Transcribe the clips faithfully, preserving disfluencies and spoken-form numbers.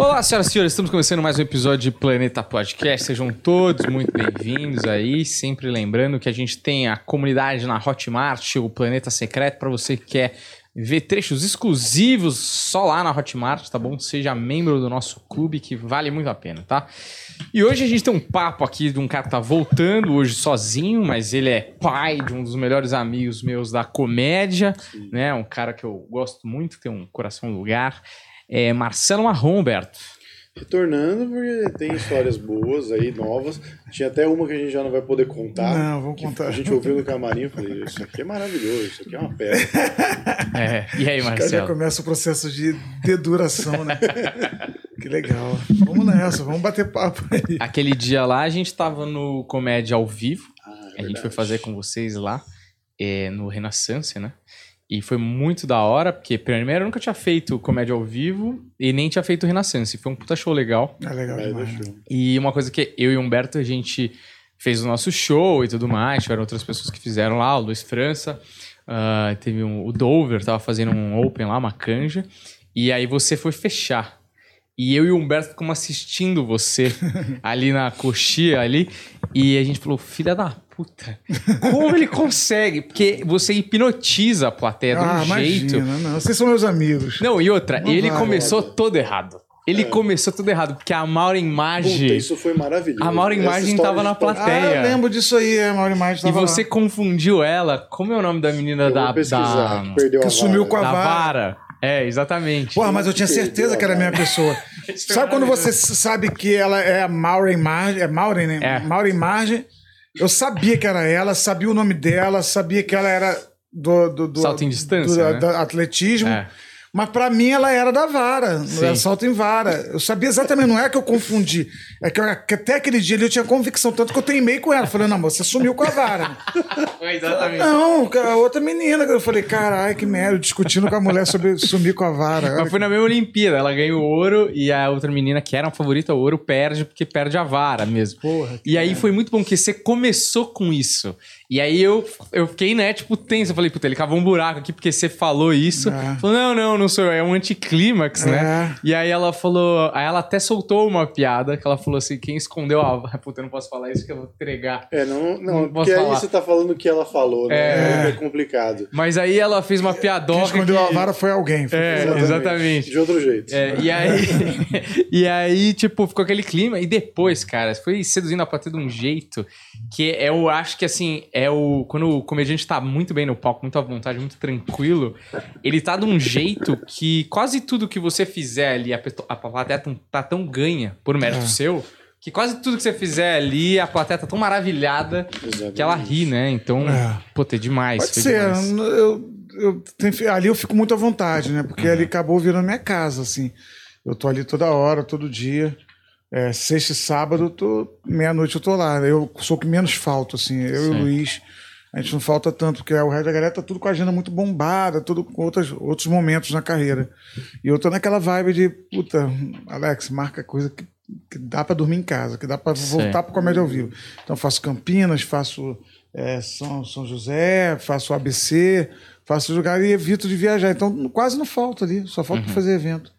Olá, senhoras e senhores, estamos começando mais um episódio de Planeta Podcast. Sejam todos muito bem-vindos aí. Sempre lembrando que a gente tem a comunidade na Hotmart, o Planeta Secreto, para você que quer ver trechos exclusivos só lá na Hotmart, tá bom? Seja membro do nosso clube, que vale muito a pena, tá? E hoje a gente tem um papo aqui de um cara que tá voltando hoje sozinho, mas ele é pai de um dos melhores amigos meus da comédia, Sim. né? Um cara que eu gosto muito, tem um coração no lugar. É Marcelo Marrom, Humberto. Retornando, porque tem histórias boas aí, novas. Tinha até uma que a gente já não vai poder contar. Não, vamos contar. A gente ouviu no camarim e falei, isso aqui é maravilhoso, isso aqui é uma pedra. É, e aí, Marcelo? Já começa o processo de deduração, né? Que legal. Vamos nessa, vamos bater papo aí. Aquele dia lá, a gente tava no Comédia ao Vivo. Ah, é a gente foi fazer com vocês lá, é, no Renaissance, né? E foi muito da hora, porque primeiro eu nunca tinha feito comédia ao vivo e nem tinha feito Renaissance. Foi um puta show legal. É legal é, demais. Né? E uma coisa que eu e o Humberto, a gente fez o nosso show e tudo mais. Tiveram outras pessoas que fizeram lá, o Luiz França. Uh, teve um, o Dover, tava fazendo um open lá, uma canja. E aí você foi fechar. E eu e o Humberto ficamos assistindo você ali na coxia ali. E a gente falou, filha da puta, como ele consegue? Porque você hipnotiza a plateia de um ah, jeito. Imagina, não, vocês são meus amigos. Não, e outra, não ele vai, começou vai. todo errado. Ele é. começou tudo errado, porque a Maura Imagem... Puta, isso foi maravilhoso. A Maura Imagem tava na plateia. Ah, eu lembro disso aí, a Maura Imagem tava E você lá. confundiu ela, como é o nome da menina eu da... Vou pesquisar, da que perdeu que a sumiu vara. com a da vara. vara. É, exatamente. Porra, mas eu tinha certeza que era a mesma pessoa. Sabe quando você sabe que ela é a Maura Imagem? É Maura, né? É. Maura Imagem. Eu sabia que era ela, sabia o nome dela, sabia que ela era do... do, do salto em distância, do, né? do atletismo. É. Mas pra mim ela era da vara, Sim. era salto em vara. Eu sabia exatamente, não é que eu confundi. É que, eu, que até aquele dia ali eu tinha convicção, tanto que eu teimei com ela. Falei, não, você sumiu com a vara. É, exatamente. Não, a outra menina. Eu falei, caralho, que merda, discutindo com a mulher sobre sumir com a vara. Mas foi na mesma Olimpíada, ela ganhou ouro e a outra menina, que era uma favorita, o ouro, perde porque perde a vara mesmo. Porra, e aí foi muito bom, porque você começou com isso. E aí eu, eu fiquei, né, tipo, tenso. Eu falei, puta, ele cavou um buraco aqui porque você falou isso. É. Falou, não, não, não sou eu, é um anticlímax, é. né? E aí ela falou, aí ela até soltou uma piada, que ela falou assim, quem escondeu a... Puta, eu não posso falar isso que eu vou entregar. É, não, não, não porque aí você tá falando o que ela falou, né? É, é complicado. Mas aí ela fez uma piadoca. Quem escondeu que... a vara foi alguém. Foi é, exatamente. exatamente. De outro jeito. É, e aí, e aí, tipo, ficou aquele clima. E depois, cara, foi seduzindo a plateia de um jeito que eu acho que, assim, é o... Quando o comediante tá muito bem no palco, muito à vontade, muito tranquilo, ele tá de um jeito que quase tudo que você fizer ali, a, a plateia tá tão ganha por mérito é. seu, que quase tudo que você fizer ali, a plateia tá tão maravilhada Exatamente. que ela ri, né? Então, é. pô, é demais. Pode ser. Demais. Eu, eu, tenho, ali eu fico muito à vontade, né? Porque uhum. ali acabou virando minha casa, assim. Eu tô ali toda hora, todo dia. É, sexta e sábado, tô, meia-noite eu tô lá. Eu sou o que menos falto, assim. Eu Sim. e o Luiz, a gente não falta tanto, porque o resto da galera tá tudo com a agenda muito bombada, tudo com outras, outros momentos na carreira. E eu tô naquela vibe de, puta, Alex, marca coisa que, que dá pra dormir em casa, que dá pra Sim. voltar pro comédia ao vivo. Então faço Campinas, faço é, São, São José, faço A B C, faço lugar e evito de viajar. Então quase não falta ali, só falta uhum. pra fazer evento.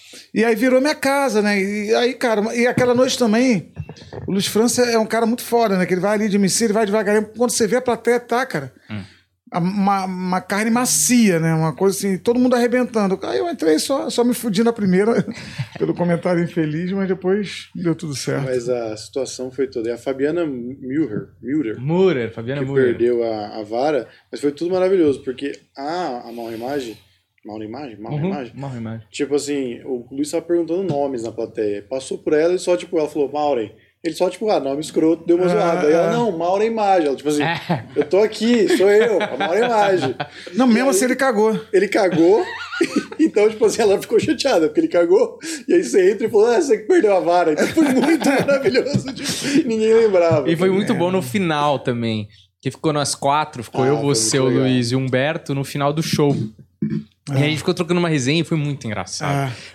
E aí virou minha casa, né? E aí, cara, e aquela noite também, o Luiz França é um cara muito foda, né? Que ele vai ali de M C, ele vai devagarinho. Quando você vê a plateia, tá, cara, hum. uma, uma carne macia, né? Uma coisa assim, todo mundo arrebentando. Aí eu entrei só, só me fudi na primeira, pelo comentário infeliz, mas depois deu tudo certo. Mas a situação foi toda. E a Fabiana Müller, Müller, Müller Fabiana que Müller. perdeu a, a vara, mas foi tudo maravilhoso, porque a, a Mal Imagem, Mal Imagem? Mal uhum, Imagem? Mal Imagem. Tipo assim, o Luiz tava perguntando nomes na plateia. Passou por ela e só, tipo, ela falou, Maureen. Ele só, tipo, ah, nome escroto, deu uma zoada. Aí ela, não, Maura Imagem. Ela, tipo assim, é. eu tô aqui, sou eu, a Maura Imagem. Não, mesmo aí, assim ele cagou. Ele cagou, então, tipo assim, ela ficou chateada, porque ele cagou. E aí você entra e falou, ah, você que perdeu a vara. Então foi muito maravilhoso, tipo, ninguém lembrava. E foi muito é. bom no final também, que ficou nós quatro, ficou ah, eu, você, o Luiz e o Humberto no final do show. E aí a gente ficou trocando uma resenha e foi muito engraçado. Ah.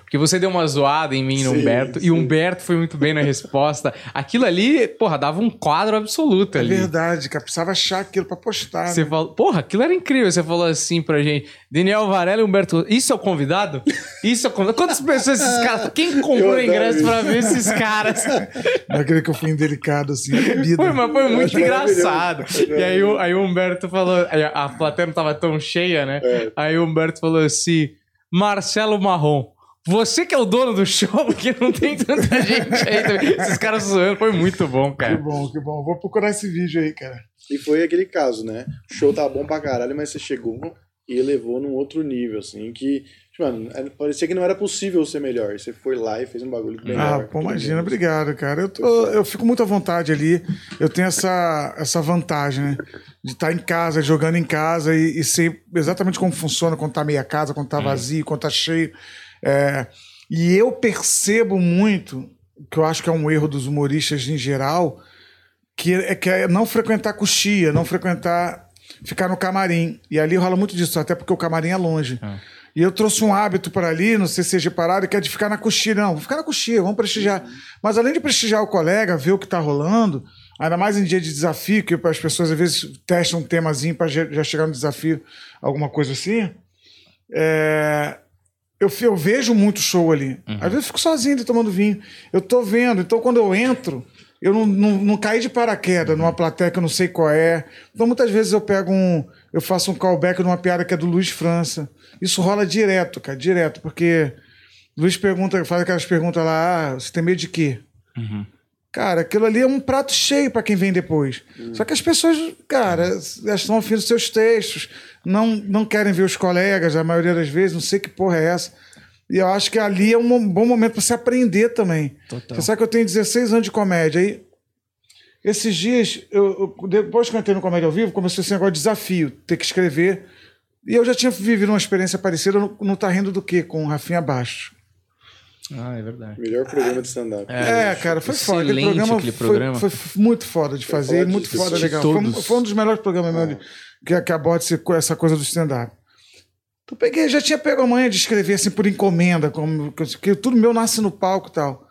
Porque você deu uma zoada em mim e no Sim, Humberto, sim. e o Humberto foi muito bem na resposta. Aquilo ali, porra, dava um quadro absoluto É ali. verdade, cara. Precisava achar aquilo pra postar. Você né? falou, porra, aquilo era incrível. Você falou assim pra gente: Daniel Varela e Humberto, isso é o convidado? Isso é o convidado? Quantas pessoas esses caras? Quem comprou Eu ingresso adoro pra ver esses caras? Naquele que eu fui indelicado, assim, a bebida. Foi, mas foi muito acho engraçado. maravilhoso. E aí o, aí o Humberto falou, aí a a plateia não tava tão cheia, né? É. Aí o Humberto falou assim: Marcelo Marrom, você que é o dono do show, porque não tem tanta gente aí também. Esses caras zoando, foi muito bom, Que cara. bom, que bom. Vou procurar esse vídeo aí, cara. E foi aquele caso, né? O show tava bom pra caralho, mas você chegou e elevou num outro nível, assim, que, tipo, mano, parecia que não era possível ser melhor. Você foi lá e fez um bagulho melhor. Ah, pô, imagina, obrigado, cara. Eu, tô, eu fico muito à vontade ali. Eu tenho essa, essa vantagem, né? De estar em casa, jogando em casa e, e ser exatamente como funciona quando tá meia casa, quando tá vazio, quando tá cheio. É, e eu percebo muito, que eu acho que é um erro dos humoristas em geral, que é, que é não frequentar coxia, não frequentar, ficar no camarim. E ali rola muito disso, até porque o camarim é longe. Ah. E eu trouxe um hábito para ali, não sei se seja parado, que é de ficar na coxia. Não, vou ficar na coxia, vamos prestigiar. Mas além de prestigiar o colega, ver o que tá rolando, ainda mais em dia de desafio, que as pessoas às vezes testam um temazinho para já chegar no desafio, alguma coisa assim, é... Eu, eu vejo muito show ali. Uhum. Às vezes eu fico sozinho ali tomando vinho. Eu tô vendo. Então, quando eu entro, eu não, não, não caí de paraquedas numa plateia que eu não sei qual é. Então, muitas vezes eu pego um... Eu faço um callback numa piada que é do Luiz França. Isso rola direto, cara. Direto. Porque Luiz pergunta, faz aquelas perguntas lá. Ah, você tem medo de quê? Uhum. Cara, aquilo ali é um prato cheio pra quem vem depois. Uhum. Só que as pessoas, cara, elas estão afim dos seus textos, não, não querem ver os colegas, a maioria das vezes, não sei que porra é essa. E eu acho que ali é um bom momento pra você aprender também. Total. Você sabe que eu tenho dezesseis anos de comédia. Aí, esses dias, eu, eu, depois que eu entrei no Comédia ao Vivo, começou esse negócio de desafio, ter que escrever. E eu já tinha vivido uma experiência parecida no, no Tá Rindo do Quê? Com o Rafinha Bastos. Ah, é verdade. Melhor programa de stand-up. É, é cara, foi foda. Aquele programa, aquele programa. Foi, foi muito foda de fazer, muito foda, legal. Foi, foi um dos melhores programas ah. mesmo que, que aborda essa coisa do stand-up. Eu peguei, já tinha pego a manha de escrever assim por encomenda, como, que tudo meu nasce no palco e tal.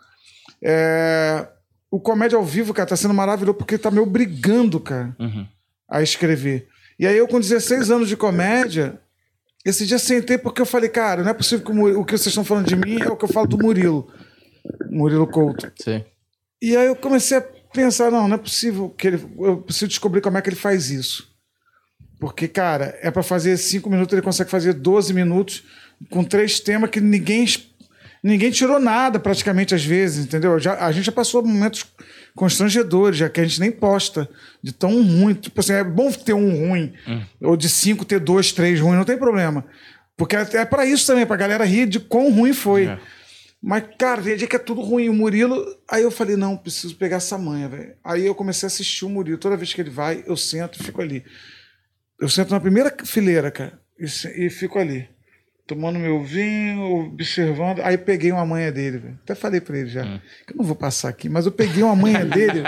É, o Comédia ao Vivo, cara, tá sendo maravilhoso porque tá me obrigando, cara, uhum. a escrever. E aí eu, com dezesseis anos de comédia, esse dia sentei porque eu falei, cara, não é possível que o, o que vocês estão falando de mim é o que eu falo do Murilo. Murilo Couto. Sim. E aí eu comecei a pensar, não, não é possível que ele... Eu preciso descobrir como é que ele faz isso. Porque, cara, é pra fazer cinco minutos, ele consegue fazer doze minutos com três temas que ninguém... Ninguém tirou nada, praticamente, às vezes, entendeu? Já, a gente já passou momentos constrangedores, já que a gente nem posta de tão ruim. Tipo assim, é bom ter um ruim, hum. ou de cinco ter dois, três ruins, não tem problema. Porque é, é pra isso também, pra galera rir de quão ruim foi. É. Mas, cara, tem dia que é tudo ruim. O Murilo... Aí eu falei, não, preciso pegar essa manha, velho. Aí eu comecei a assistir o Murilo. Toda vez que ele vai, eu sento e fico ali. Eu sento na primeira fileira, cara, e, e fico ali. Tomando meu vinho, observando. Aí peguei uma manha dele, velho. Até falei pra ele já. Hum. Que eu não vou passar aqui, mas eu peguei uma manha dele.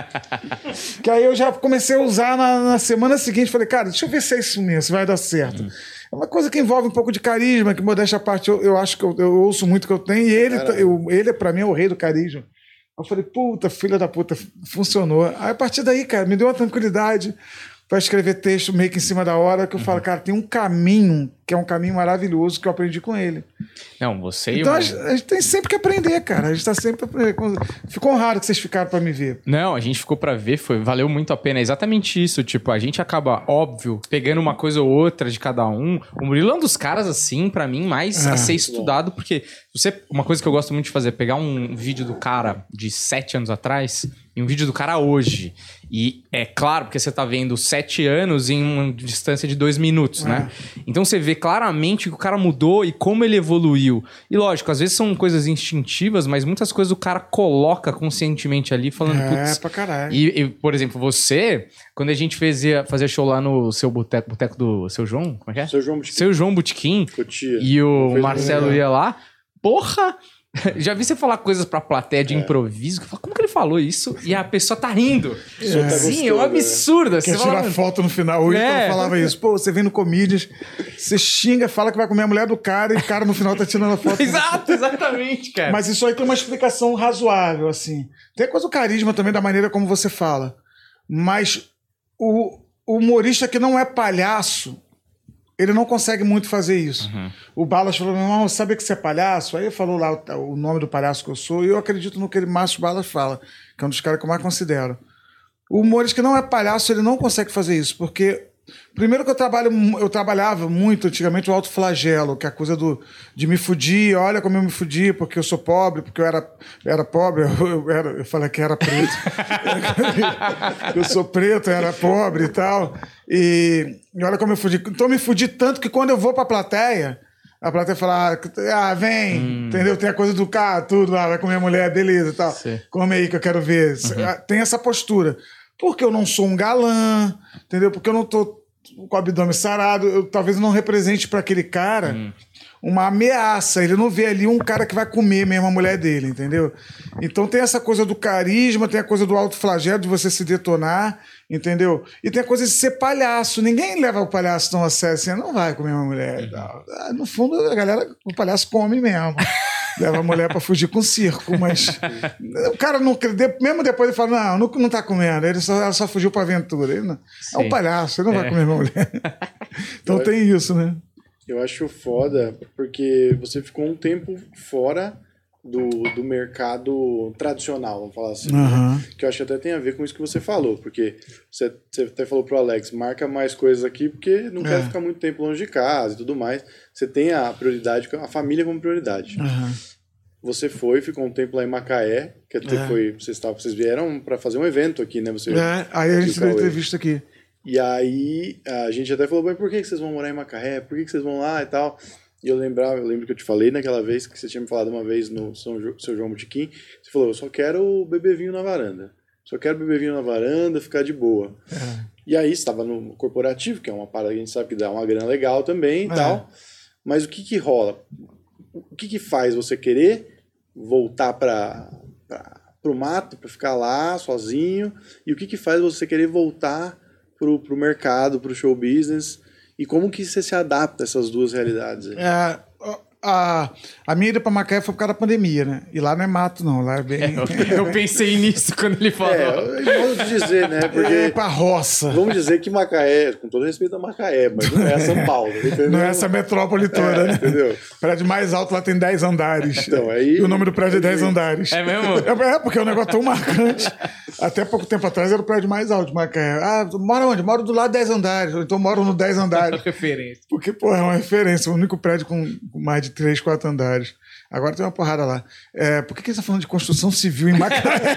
Que aí eu já comecei a usar na, na semana seguinte. Falei, cara, deixa eu ver se é isso mesmo, se vai dar certo. Hum. É uma coisa que envolve um pouco de carisma, que modéstia à parte, eu, eu acho que eu, eu ouço muito que eu tenho. E ele, eu, ele pra mim, é o rei do carisma. Eu falei, puta, filha da puta, funcionou. Aí a partir daí, cara, me deu uma tranquilidade para escrever texto meio que em cima da hora, que eu uhum. falo, cara, tem um caminho, que é um caminho maravilhoso, que eu aprendi com ele. Não, você Então, eu... a, gente, a gente tem sempre que aprender, cara. A gente tá sempre aprendendo. Ficou honrado que vocês ficaram para me ver. Não, a gente ficou para ver, foi, valeu muito a pena. É exatamente isso, tipo, a gente acaba, óbvio, pegando uma coisa ou outra de cada um. O Murilo é um dos caras, assim, para mim, mais é. a ser estudado, porque você, uma coisa que eu gosto muito de fazer é pegar um vídeo do cara de sete anos atrás e um vídeo do cara hoje. E é claro, porque você tá vendo sete anos em uma distância de dois minutos, é. né? Então você vê claramente que o cara mudou e como ele evoluiu. E lógico, às vezes são coisas instintivas, mas muitas coisas o cara coloca conscientemente ali, falando... É, putz, pra caralho. E, e, por exemplo, você, quando a gente fazia, fazia show lá no seu boteco, boteco do seu João, como é que é? Seu João Botequim. Seu João Botequim. Cotia. E o Marcelo ia lá. Porra! Já vi você falar coisas pra plateia de é. improviso, que eu falo, como que ele falou isso? E a pessoa tá rindo. É. Sim, é um absurdo. Quer tirar fala... foto no final. O é. Ítalo falava isso. Pô, você vem no Comedians, você xinga, fala que vai comer a mulher do cara e o cara no final tá tirando a foto. Exato, exatamente, cara. Mas isso aí tem uma explicação razoável, assim. Tem coisa do carisma também, da maneira como você fala. Mas o, o humorista que não é palhaço, ele não consegue muito fazer isso. Uhum. O Balas falou, não, sabe que você é palhaço? Aí ele falou lá o, o nome do palhaço que eu sou, e eu acredito no que ele, Márcio Balas fala, que é um dos caras que eu mais considero. O humorista que não é palhaço, ele não consegue fazer isso, porque... Primeiro que eu trabalho, eu trabalhava muito antigamente o autoflagelo, que é a coisa do, de me fudir, olha como eu me fudi, porque eu sou pobre, porque eu era, era pobre, eu, era, eu falei que era preto. Eu sou preto, eu era pobre e tal. E, e olha como eu fudi. Então eu me fudi tanto que quando eu vou pra plateia, a plateia fala, ah, vem, hum. entendeu? Tem a coisa do cara, tudo, ah, vai comer a mulher, beleza e tal. Sim. Come aí que eu quero ver. Uhum. Tem essa postura. Porque eu não sou um galã, entendeu? Porque eu não tô com o abdômen sarado, eu, talvez eu não represente para aquele cara hum. uma ameaça. Ele não vê ali um cara que vai comer mesmo a mulher dele, entendeu? Então tem essa coisa do carisma, tem a coisa do autoflagelo, de você se detonar, entendeu? E tem a coisa de ser palhaço. Ninguém leva o palhaço tão a sério assim, não vai comer uma mulher. Uhum. No fundo, a galera, o palhaço come mesmo. Leva a mulher pra fugir com o circo, mas o cara não, mesmo depois ele fala, não, não, não tá comendo, ele só, ela só fugiu pra aventura. Ele não, é um palhaço, ele não é. vai comer minha mulher. Então eu tem acho, isso, né? Eu acho foda, porque você ficou um tempo fora do, do mercado tradicional, vamos falar assim, uhum. né? Que eu acho que até tem a ver com isso que você falou, porque você, você até falou pro Alex, marca mais coisas aqui, porque não é. quer ficar muito tempo longe de casa e tudo mais. Você tem a prioridade, a família como prioridade. Uhum. Você foi, ficou um tempo lá em Macaé, que até é. foi, vocês, tavam, vocês vieram para fazer um evento aqui, né? Você, é, aí a gente deu entrevista aqui. E aí a gente até falou, mas por que vocês vão morar em Macaé? Por que vocês vão lá e tal? E eu lembrava, eu lembro que eu te falei naquela vez, que você tinha me falado uma vez no São jo- Seu João Botequim, você falou, eu só quero beber vinho na varanda. Só quero beber vinho na varanda, ficar de boa. É. E aí estava no corporativo, que é uma parada que a gente sabe que dá uma grana legal também e é. tal. Mas o que que rola? O que que faz você querer voltar para o mato, para ficar lá sozinho? E o que que faz você querer voltar pro, pro mercado, pro show business? E como que você se adapta a essas duas realidades aí? É, a, a minha ida para Macaé foi por causa da pandemia, né? E lá não é mato, não. Lá é bem... É, eu, eu pensei nisso quando ele falou. É, vamos dizer, né? Porque é pra roça. Vamos dizer que Macaé, com todo respeito a Macaé, mas não é São Paulo. Entendeu? Não é essa metrópole toda, é, né? Entendeu? O prédio mais alto lá tem dez andares. Então, aí, e o nome do prédio é dez andares. É mesmo? É, é porque é um negócio tão marcante. Até pouco tempo atrás era o prédio mais alto de Macaé. Ah, mora onde? Moro do lado dez andares. Então moro no dez andares. Referência. Porque, pô, é uma referência. O único prédio com mais de três, quatro andares. Agora tem uma porrada lá. É, por que, que você está falando de construção civil em Macaé?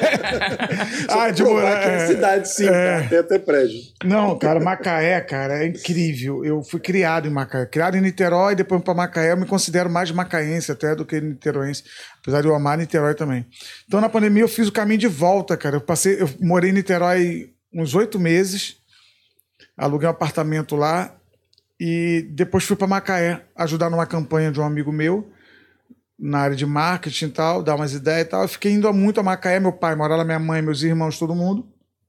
ah, de morar. Que é cidade, sim, é... tem até prédio. Não, cara, Macaé, cara, é incrível. Eu fui criado em Macaé. Criado em Niterói, depois para Macaé. Eu me considero mais macaense até do que niteroense. Apesar de eu amar Niterói também. Então, na pandemia, eu fiz o caminho de volta, cara. Eu passei, eu morei em Niterói uns oito meses. Aluguei um apartamento lá. E depois fui para Macaé ajudar numa campanha de um amigo meu na área de marketing e tal, dar umas ideias e tal. Eu fiquei indo muito a Macaé, meu pai mora lá, minha mãe, meus irmãos, todo mundo.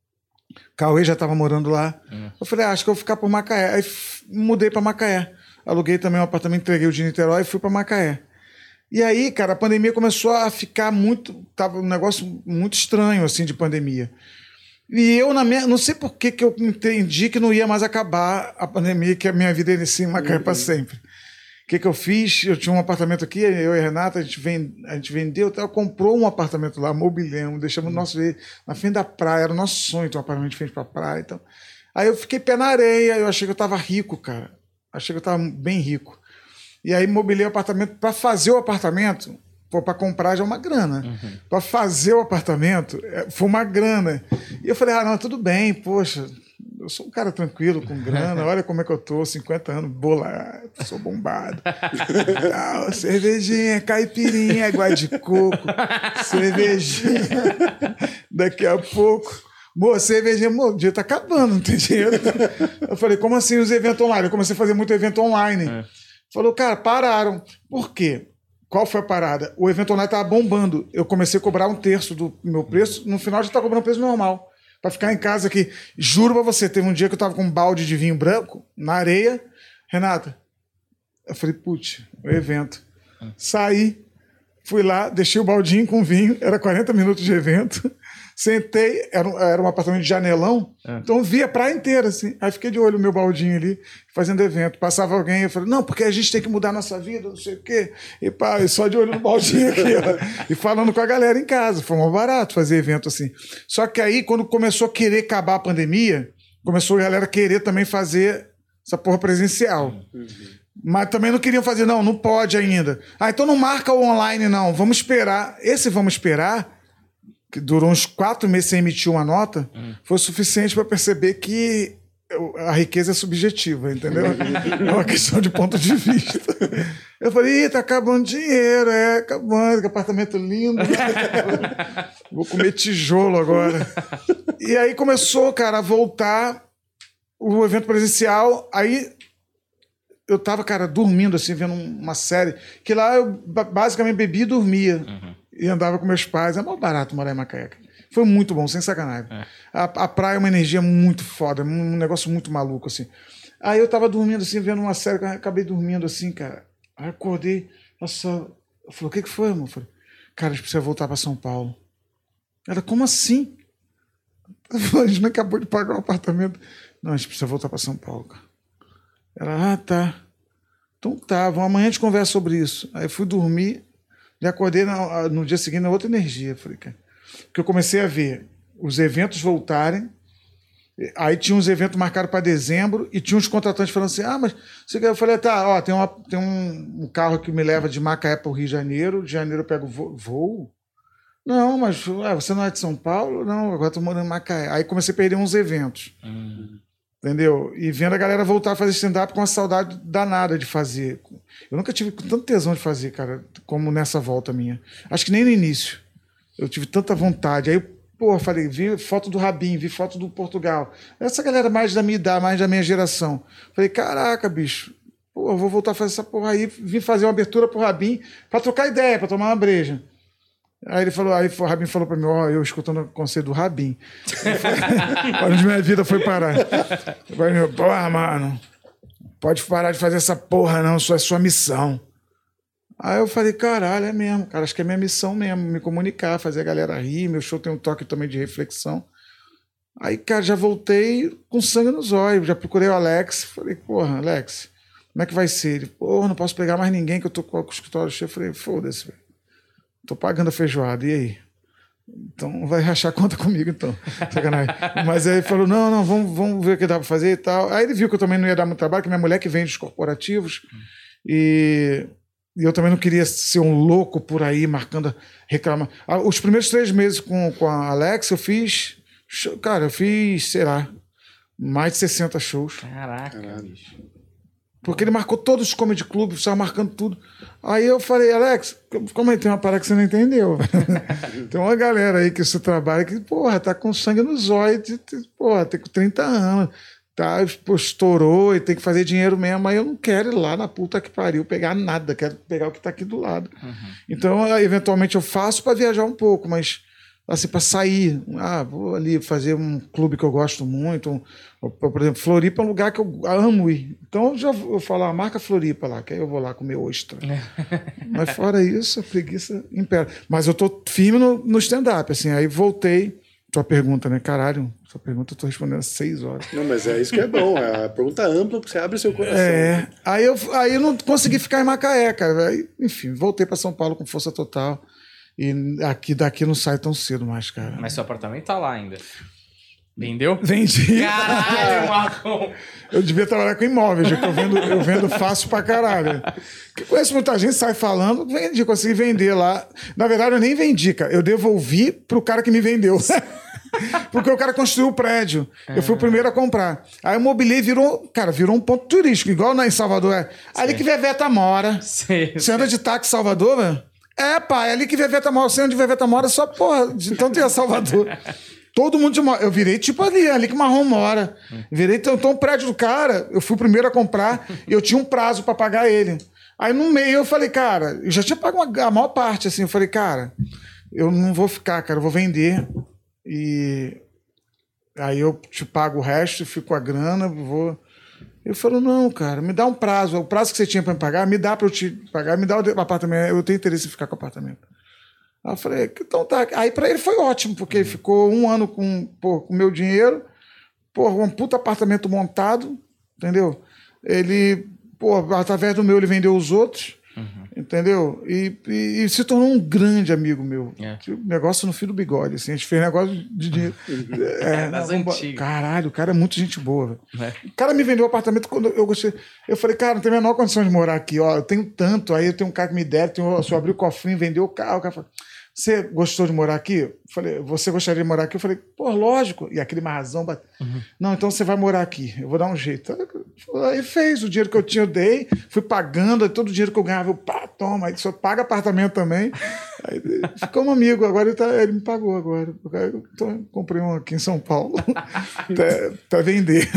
Cauê já estava morando lá. Uhum. Eu falei, ah, acho que eu vou ficar para Macaé. Aí f- mudei para Macaé. Aluguei também um apartamento, entreguei o de Niterói e fui para Macaé. E aí, cara, a pandemia começou a ficar muito... Tava um negócio muito estranho, assim, de pandemia. E eu, na minha, não sei por que, que eu entendi que não ia mais acabar a pandemia, que a minha vida ia ser em Macaé uhum. para sempre. O que, que eu fiz? Eu tinha um apartamento aqui, eu e a Renata, a gente, vend, a gente vendeu, até comprou um apartamento lá, mobiliamos, deixamos uhum. o nosso na frente da praia, era o nosso sonho ter um apartamento de frente para a praia. Então. Aí eu fiquei pé na areia, eu achei que eu estava rico, cara. Achei que eu estava bem rico. E aí mobilei o apartamento. Para fazer o apartamento, pô, para comprar já é uma grana. Uhum. Para fazer o apartamento, foi uma grana. E eu falei, ah, não, tudo bem, poxa, eu sou um cara tranquilo, com grana, olha como é que eu tô, cinquenta anos, bolado, sou bombado. Tal, cervejinha, caipirinha, água de coco, cervejinha. Daqui a pouco... Moço, cervejinha, o dia tá acabando, não tem dinheiro. Eu falei, como assim os eventos online? Eu comecei a fazer muito evento online. É. Falou, cara, pararam. Por quê? qual foi a parada? O evento online tava bombando. Eu comecei a cobrar um terço do meu preço. No final, já tava cobrando preço normal. Pra ficar em casa aqui. Juro pra você, teve um dia que eu tava com um balde de vinho branco na areia. Renata, eu falei, putz, o evento. Saí, fui lá, deixei o baldinho com vinho. Era quarenta minutos de evento. Sentei, era um, era um apartamento de janelão, é. Então via a praia inteira, assim. Aí fiquei de olho no meu baldinho ali, fazendo evento. Passava alguém, eu falei, não, porque a gente tem que mudar a nossa vida, não sei o quê. E pá, e só de olho no baldinho aqui, ó. E falando com a galera em casa. Foi mais barato fazer evento assim. Só que aí, quando começou a querer acabar a pandemia, começou a galera querer também fazer essa porra presencial. Uhum. Mas também não queriam fazer, não, não pode ainda. Ah, então não marca o online, não. Vamos esperar. Esse vamos esperar... que durou uns quatro meses sem emitir uma nota, hum. foi o suficiente para perceber que a riqueza é subjetiva, entendeu? É uma questão de ponto de vista. Eu falei, ih, tá acabando dinheiro, é, acabando, que apartamento lindo. Vou comer tijolo agora. E aí começou, cara, a voltar o evento presencial, aí eu tava, cara, dormindo, assim, vendo uma série, que lá eu basicamente bebia e dormia. Uhum. E andava com meus pais. É mais barato morar em Macaé. Foi muito bom, sem sacanagem. É. A, a praia é uma energia muito foda, um negócio muito maluco, assim. Aí eu tava dormindo, assim, vendo uma série, eu acabei dormindo, assim, cara. Aí acordei, nossa... Eu falei, o que que foi, amor? Eu falei, cara, a gente precisa voltar pra São Paulo. Ela, como assim? Eu falei, a gente não acabou de pagar um apartamento. Não, a gente precisa voltar pra São Paulo, cara. Ela, ah, tá. Então tá, vamos, amanhã a gente conversa sobre isso. Aí eu fui dormir, e acordei no, no dia seguinte na outra energia. Falei, cara, porque eu comecei a ver os eventos voltarem, aí tinha uns eventos marcados para dezembro, e tinha uns contratantes falando assim, ah, mas você quer? Eu falei, tá, ó, tem, uma, tem um, um carro que me leva de Macaé para o Rio de Janeiro, de Janeiro eu pego voo. voo? Não, mas ah, você não é de São Paulo? Não, agora estou morando em Macaé. Aí comecei a perder uns eventos. Hum. Entendeu? E vendo a galera voltar a fazer stand-up com uma saudade danada de fazer. Eu nunca tive tanto tesão de fazer, cara, como nessa volta minha. Acho que nem no início. Eu tive tanta vontade. Aí, pô, falei, vi foto do Rabin, vi foto do Portugal. Essa galera mais da minha idade, mais da minha geração. Falei, caraca, bicho, pô, eu vou voltar a fazer essa porra aí. Vim fazer uma abertura pro Rabin pra trocar ideia, pra tomar uma breja. Aí ele falou, aí o Rabin falou pra mim, ó, oh, eu escutando o conselho do Rabin. Onde minha vida foi parar. Eu falei, porra, mano, pode parar de fazer essa porra não, isso é sua missão. Aí eu falei, caralho, é mesmo, cara, acho que é minha missão mesmo, me comunicar, fazer a galera rir, meu show tem um toque também de reflexão. Aí, cara, já voltei com sangue nos olhos, já procurei o Alex, falei, porra, Alex, como é que vai ser? Ele, porra, não posso pegar mais ninguém que eu tô com o escritório cheio. Eu falei, foda-se, velho. Tô pagando a feijoada, e aí? Então vai rachar conta comigo, então. Sacanagem. Mas aí ele falou, não, não, vamos, vamos ver o que dá pra fazer e tal. Aí ele viu que eu também não ia dar muito trabalho, que minha mulher que vende os corporativos, hum. e, e eu também não queria ser um louco por aí, marcando, reclamando. Os primeiros três meses com, com a Alex, eu fiz, cara, eu fiz, sei lá, mais de sessenta shows. Caraca, bicho. Porque ele marcou todos os comedy clubes, estava marcando tudo. Aí eu falei, Alex, como é que tem uma parada que você não entendeu? Tem uma galera aí que você trabalha que, porra, tá com sangue nos olhos, porra, tem com trinta anos, tá, pô, estourou e tem que fazer dinheiro mesmo. Aí eu não quero ir lá na puta que pariu pegar nada, quero pegar o que tá aqui do lado. Uhum. Então, eventualmente eu faço para viajar um pouco, mas assim, para sair, ah, vou ali fazer um clube que eu gosto muito, um, por exemplo, Floripa é um lugar que eu amo ir. Então eu já vou falar, marca Floripa lá, que aí eu vou lá comer ostra. Mas fora isso, a preguiça impera. Mas eu tô firme no, no stand-up, assim, aí voltei. Tua pergunta, né? Caralho, sua pergunta eu tô respondendo há seis horas. Não, mas é isso que é bom, é a pergunta ampla, porque você abre seu coração. É, aí eu, aí eu não consegui ficar em Macaé, cara. Aí, enfim, voltei para São Paulo com força total. E aqui, daqui não sai tão cedo mais, cara. Mas seu apartamento tá lá ainda. Vendeu? Vendi. Caralho, Marcon. Eu devia trabalhar com imóveis, já que eu vendo, eu vendo fácil pra caralho. Que conheço muita gente, sai falando, vendi, consegui vender lá. Na verdade, eu nem vendi, cara. Eu devolvi pro cara que me vendeu. Porque o cara construiu o prédio. Eu fui o primeiro a comprar. Aí eu mobilei, virou, cara, virou um ponto turístico, igual na em Salvador é. Ali que Veveta mora. Sim, Você anda de táxi em Salvador, velho? É, pai, ali que Veveta mora. Você onde Veveta mora, só porra, de tanto ir a Salvador. Todo mundo de mora. Eu virei tipo ali, ali que o Marrom mora. Virei, então, então o prédio do cara, eu fui o primeiro a comprar e eu tinha um prazo pra pagar ele. Aí no meio eu falei, cara, eu já tinha pago uma, a maior parte, assim. Eu falei, cara, eu não vou ficar, cara, eu vou vender. E aí eu te pago o resto, fico com a grana, vou... Eu falo, não, cara, me dá um prazo. O prazo que você tinha para me pagar, me dá para eu te pagar, me dá o apartamento. Eu tenho interesse em ficar com o apartamento. Aí eu falei, então tá. Aí para ele foi ótimo, porque ele ficou um ano com o meu dinheiro, pô, um puta apartamento montado, entendeu? Ele, pô, através do meu, ele vendeu os outros. Uhum. Entendeu? E, e, e se tornou um grande amigo meu. É. Negócio no fio do bigode. Assim, a gente fez negócio de dinheiro. É, das antigas. Caralho, o cara é muito gente boa. É. O cara me vendeu o apartamento quando eu gostei. Eu falei, cara, não tem a menor condição de morar aqui. Ó, eu tenho tanto. Aí eu tenho um cara que me deve. Tenho, se eu abrir o cofrinho, vendeu o carro. O cara falou, você gostou de morar aqui? Eu falei, você gostaria de morar aqui? Eu falei, pô, lógico. E aquele marzão. Bate... Uhum. Não, então você vai morar aqui. Eu vou dar um jeito. Aí fez. O dinheiro que eu tinha, eu dei. Fui pagando. Todo o dinheiro que eu ganhava, eu pá, toma. Aí só paga apartamento também. Aí ficou um amigo. Agora ele, tá, ele me pagou agora. Eu tô, comprei um aqui em São Paulo. Pra vender.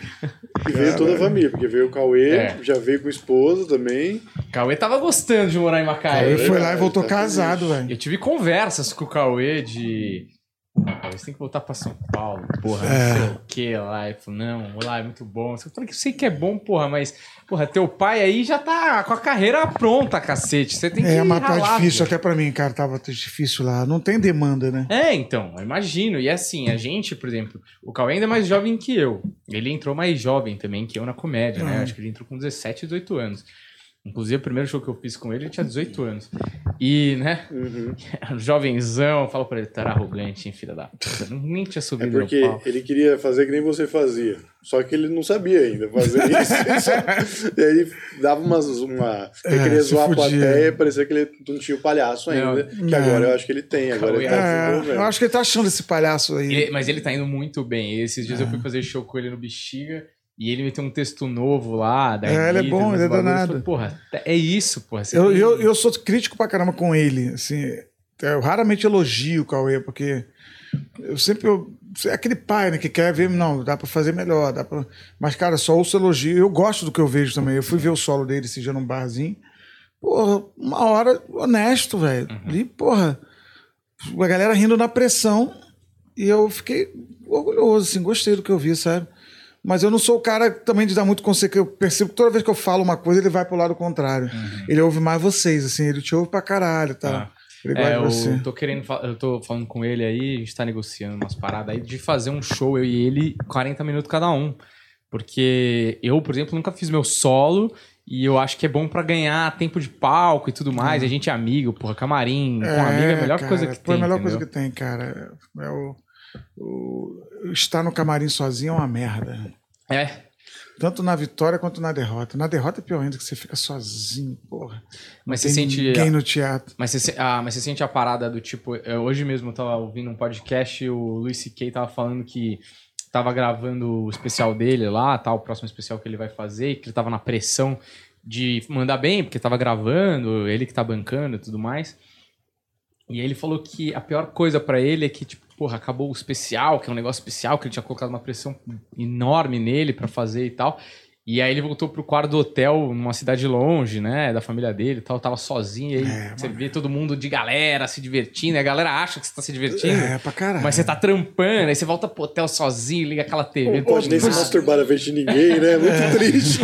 E veio toda a família, porque veio o Cauê, é. já veio com a esposa também. O Cauê tava gostando de morar em Macaé. Ele foi lá e voltou tá casado, velho. Eu tive conversas com o Cauê de... Não, você tem que voltar pra São Paulo, porra, é. não sei o que lá. Ele falou, não, lá é muito bom. Eu falei que eu sei que é bom, porra, mas, porra, teu pai aí já tá com a carreira pronta, cacete. Você tem que É, mas tá ralar, difícil, pô. Até pra mim, cara, tava difícil lá. Não tem demanda, né? É, então, eu imagino. E assim, a gente, por exemplo, o Cauê ainda é mais jovem que eu. Ele entrou mais jovem também que eu na comédia, né? Uhum. Acho que ele entrou com dezessete, dezoito anos. Inclusive, o primeiro show que eu fiz com ele, ele tinha dezoito anos. E, né, uhum. jovenzão, falo pra ele, tu era arrogante, hein, filha da puta. Nem tinha subido no palco. É porque ele queria fazer que nem você fazia. Só que ele não sabia ainda fazer isso. E aí dava umas... Uma... Ele é, queria zoar a plateia, parecia que ele não tinha o palhaço ainda. Não, que não. Agora eu acho que ele tem. Agora ele tá é, eu acho que ele tá achando esse palhaço aí. Ele, mas ele tá indo muito bem. Esses dias é. eu fui fazer show com ele no Bexiga. E ele meteu um texto novo lá. Da é, ele é bom, ele é danado. Falei, porra, é isso, porra. Eu, tem... eu, eu sou crítico pra caramba com ele. Assim, eu raramente elogio o Cauê, porque eu sempre... Eu, é aquele pai, né, que quer ver... Não, dá pra fazer melhor. Dá pra... Mas, cara, só ouço elogio. Eu gosto do que eu vejo também. Eu fui ver o solo dele esse dia num barzinho. Porra, uma hora honesto, velho. Uhum. E, porra, a galera rindo na pressão. E eu fiquei orgulhoso, assim. Gostei do que eu vi, sabe? Mas eu não sou o cara também de dar muito conselho, que eu percebo que toda vez que eu falo uma coisa, ele vai pro lado contrário. Uhum. Ele ouve mais vocês, assim, ele te ouve pra caralho, tá? Ah. Ele é, gosta de você. Eu tô querendo, eu tô falando com ele aí, a gente tá negociando umas paradas aí de fazer um show, eu e ele, quarenta minutos cada um. Porque eu, por exemplo, nunca fiz meu solo e eu acho que é bom pra ganhar tempo de palco e tudo mais. Uhum. A gente é amigo, porra, camarim, é, com amigo é a melhor cara, coisa que tem. É a melhor entendeu? coisa que tem, cara. É o, o, estar no camarim sozinho é uma merda. É. Tanto na vitória quanto na derrota. Na derrota é pior ainda, que você fica sozinho, porra. Mas não você tem sente. Ninguém no teatro. Mas você, ah, mas você sente a parada do tipo. Hoje mesmo eu tava ouvindo um podcast e o Luis C K tava falando que tava gravando o especial dele lá, tá, o próximo especial que ele vai fazer, que ele tava na pressão de mandar bem, porque tava gravando, ele que tá bancando e tudo mais. E aí ele falou que a pior coisa pra ele é que, tipo, porra, acabou o especial, que é um negócio especial, que ele tinha colocado uma pressão enorme nele pra fazer e tal. E aí ele voltou pro quarto do hotel, numa cidade longe, né, da família dele e tal, tava sozinho, e aí é, você mano. vê todo mundo de galera se divertindo, e a galera acha que você tá se divertindo. É, pra caralho. Mas você tá trampando, aí você volta pro hotel sozinho, liga aquela T V. Pô, nem se masturbar na frente de ninguém, né? Muito é. triste.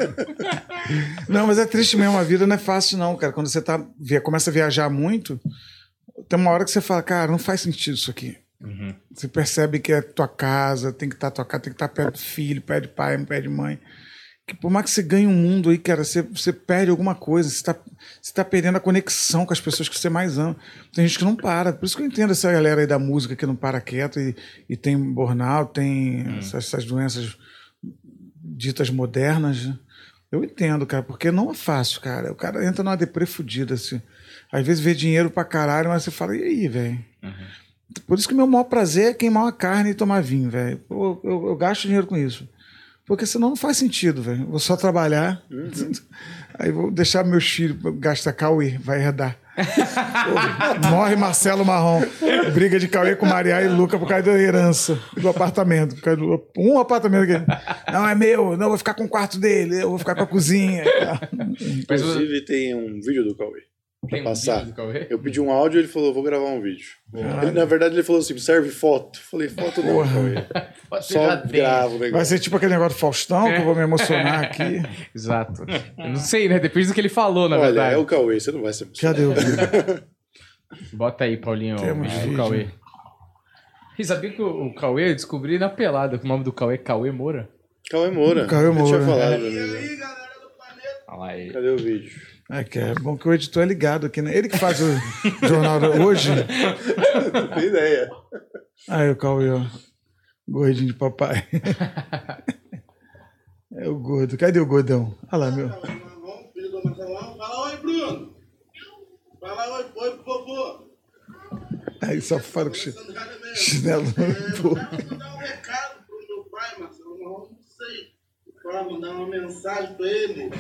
Não, mas é triste mesmo, a vida não é fácil não, cara. Quando você tá, começa a viajar muito, tem uma hora que você fala, cara, não faz sentido isso aqui. Uhum. Você percebe que é tua casa, tem que estar tua casa, tem que estar perto do filho, perto de pai, perto de mãe. Que por mais que você ganhe um mundo aí, cara, você, você perde alguma coisa, você está você tá perdendo a conexão com as pessoas que você mais ama. Tem gente que não para. Por isso que eu entendo essa galera aí da música que não para quieto e, e tem burnout, tem hum. essas, essas doenças ditas modernas. Né? Eu entendo, cara, porque não é fácil, cara. O cara entra numa deprê fudida, assim. Às vezes vê dinheiro pra caralho, mas você fala, e aí, velho? Uhum. Por isso que o meu maior prazer é queimar uma carne e tomar vinho, velho. Eu, eu, eu gasto dinheiro com isso. Porque senão não faz sentido, velho. Vou só trabalhar, uhum. aí vou deixar meus filhos gastar Cauê, vai herdar. Morre Marcelo Marrom. Briga de Cauê com Maria e Luca por causa da herança do apartamento. Por causa do, um apartamento que não é meu, não, eu vou ficar com o quarto dele, eu vou ficar com a cozinha. Inclusive tem um vídeo do Cauê. Pra Tem um passar. vídeo do Cauê? Eu pedi um áudio e ele falou, vou gravar um vídeo. Ele, na verdade, ele falou assim, serve foto? Eu falei, foto não, Cauê. Só gravo o negócio. Vai ser tipo aquele negócio do Faustão, que eu vou me emocionar aqui. Exato. Eu não sei, né? Depende do que ele falou, na Olha, verdade. é o Cauê, você não vai se emocionar. Cadê o vídeo? Bota aí, Paulinho, o Temos vídeo do vídeo. Cauê. E sabia que o, o Cauê, eu descobri na pelada, que o nome do Cauê é Cauê Moura? Cauê Moura. Cauê Eu tinha Moura. falado pra mim. né? Olha lá aí. Cadê o vídeo? É que é bom que o editor é ligado aqui, né? Ele que faz o jornal hoje. Não tem ideia. Aí o Cauê, ó. Gordinho de papai. É o gordo. Cadê o gordão? Olha lá, meu. Fala oi, Bruno. Fala oi, oi, por favor. Aí só fala com chi- chinelo no pô. Eu vou dar um recado pro meu pai, Marcelo Marrom, não sei. Para mandar uma mensagem pra ele.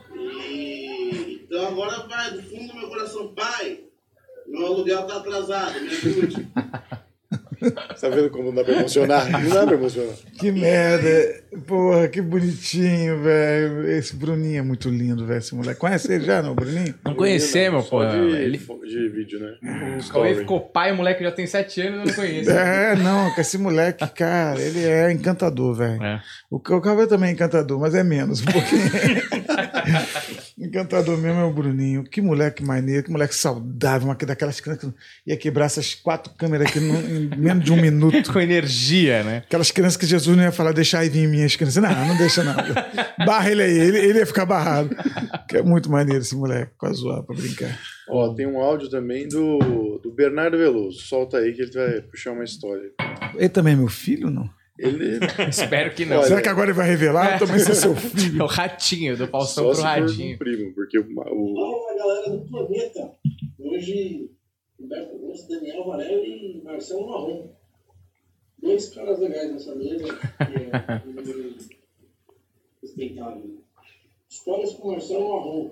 E então agora vai, do fundo do meu coração, pai. Meu aluguel tá atrasado, me ajude. Você tá vendo como não dá pra emocionar? Não dá pra emocionar. Que merda. Porra, que bonitinho, velho. Esse Bruninho é muito lindo, velho, esse moleque. Conhece ele já, não, Bruninho? Não conhecer, meu Só pô. de, Ele... de vídeo, né? O Cauê ficou pai, o moleque já tem sete anos e eu não conheço. É, não, que esse moleque, cara, ele é encantador, velho. É. O, o Cauê também é encantador, mas é menos, um pouquinho. Encantador mesmo é o Bruninho. Que moleque maneiro, que moleque saudável, uma daquelas crianças que ia quebrar essas quatro câmeras aqui no- em menos de um minuto. Com energia, né? Aquelas crianças que Jesus não ia falar, deixar aí vir minhas crianças. Não, não deixa não. Barra ele aí, ele, ele ia ficar barrado. Que é muito maneiro esse moleque, pra zoar, pra brincar. Ó, tem um áudio também do, do Bernardo Veloso. Solta aí que ele vai puxar uma história. Ele também é meu filho ou não? Ele... Espero que não. Olha, Será que agora ele vai revelar? Eu também sou seu É filho. o ratinho, do Faustão Só pro se for ratinho. um primo, porque o... o Fala, galera do planeta. Hoje, Humberto Grosso, Daniel Varela e Marcelo Marrom. Dois caras legais nessa mesa. Que é um número respeitável. Histórias com Marcelo Marrom.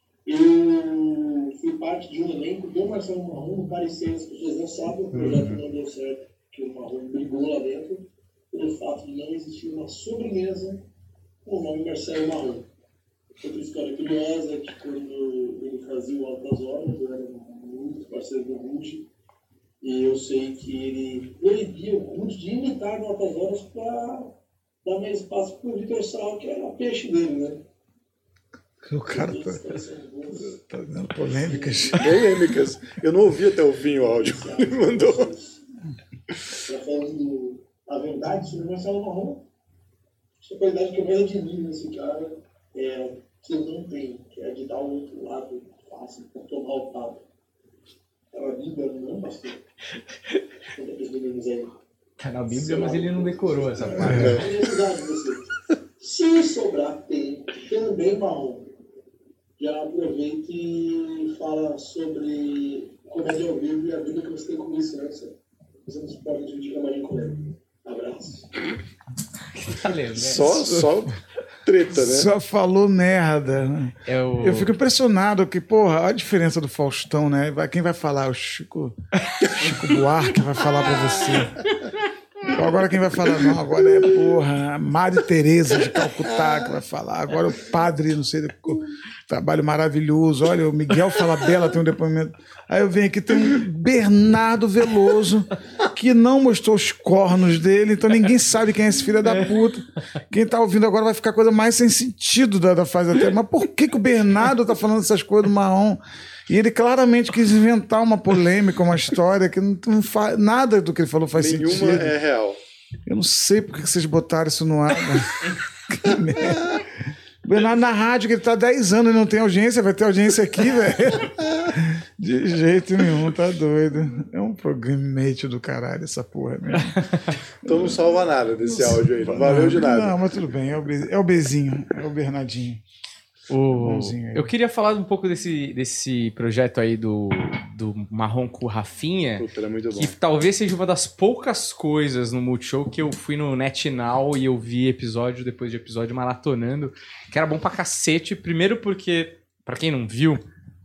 Eu fui parte de um elenco do Marcelo Marrom no Parecer. As pessoas não sabem, o projeto não deu certo, que o Marrom brigou lá dentro pelo fato de não existir uma sobremesa com o nome Marcelo Marrom. Outra história curiosa é que quando ele fazia o Altas Horas, eu era muito parceiro do Rude, e eu sei que ele proibia o Rude de imitar no Altas Horas para dar mais espaço para o Vitor Sal, que era peixe dele, né? O cara tá, tá dando polêmicas. polêmicas. Eu não ouvi até o fim o áudio. Ele mandou. Já falando a verdade sobre o Marcelo Marrom, a qualidade que eu mais admiro nesse cara é que eu não tenho, que é de dar o outro lado fácil para tomar o papo. Ela Bíblia não bastou. Quando é que os meninos aí? Tá na Bíblia, mas ele não decorou essa parte. É curiosidade de vocês. Se sobrar tempo, também Marrom, já aproveita e fala sobre comédia ao vivo e a vida que você tem com isso, né? Você não pode dividir a Maria comigo. Abraço. Só, só treta, né? Só falou merda. Né? É o... Eu fico impressionado que, porra, olha a diferença do Faustão, né? Vai, quem vai falar? O Chico, Chico Buarque vai falar pra você. Agora quem vai falar? Não, agora é, porra, a Mari Tereza de Calcutá que vai falar. Agora o padre, não sei, trabalho maravilhoso. Olha, o Miguel Falabella tem um depoimento. Aí eu venho aqui, tem um Bernardo Veloso que não mostrou os cornos dele, então ninguém sabe quem é esse filho da puta. Quem tá ouvindo agora vai ficar a coisa mais sem sentido da, da fase até. Mas por que, que o Bernardo tá falando essas coisas do Marrom? E ele claramente quis inventar uma polêmica, uma história que não, não faz nada do que ele falou faz Nenhuma sentido. é real. Eu não sei por que vocês botaram isso no ar. Né? Que merda. O Bernardo na rádio, que ele tá há dez anos e não tem audiência, vai ter audiência aqui, velho. De jeito nenhum, tá doido. É um programmate do caralho essa porra mesmo. Então não salva nada desse áudio aí, não valeu de nada. Não, mas tudo bem, é o, Be- é o Bezinho, é o Bernardinho. O... Bonzinho aí. Eu queria falar um pouco desse, desse projeto aí do, do Marrom com o Rafinha, Puta, ele é muito bom. que talvez seja uma das poucas coisas no Multishow que eu fui no NetNow e eu vi episódio depois de episódio maratonando, que era bom pra cacete. Primeiro porque, pra quem não viu,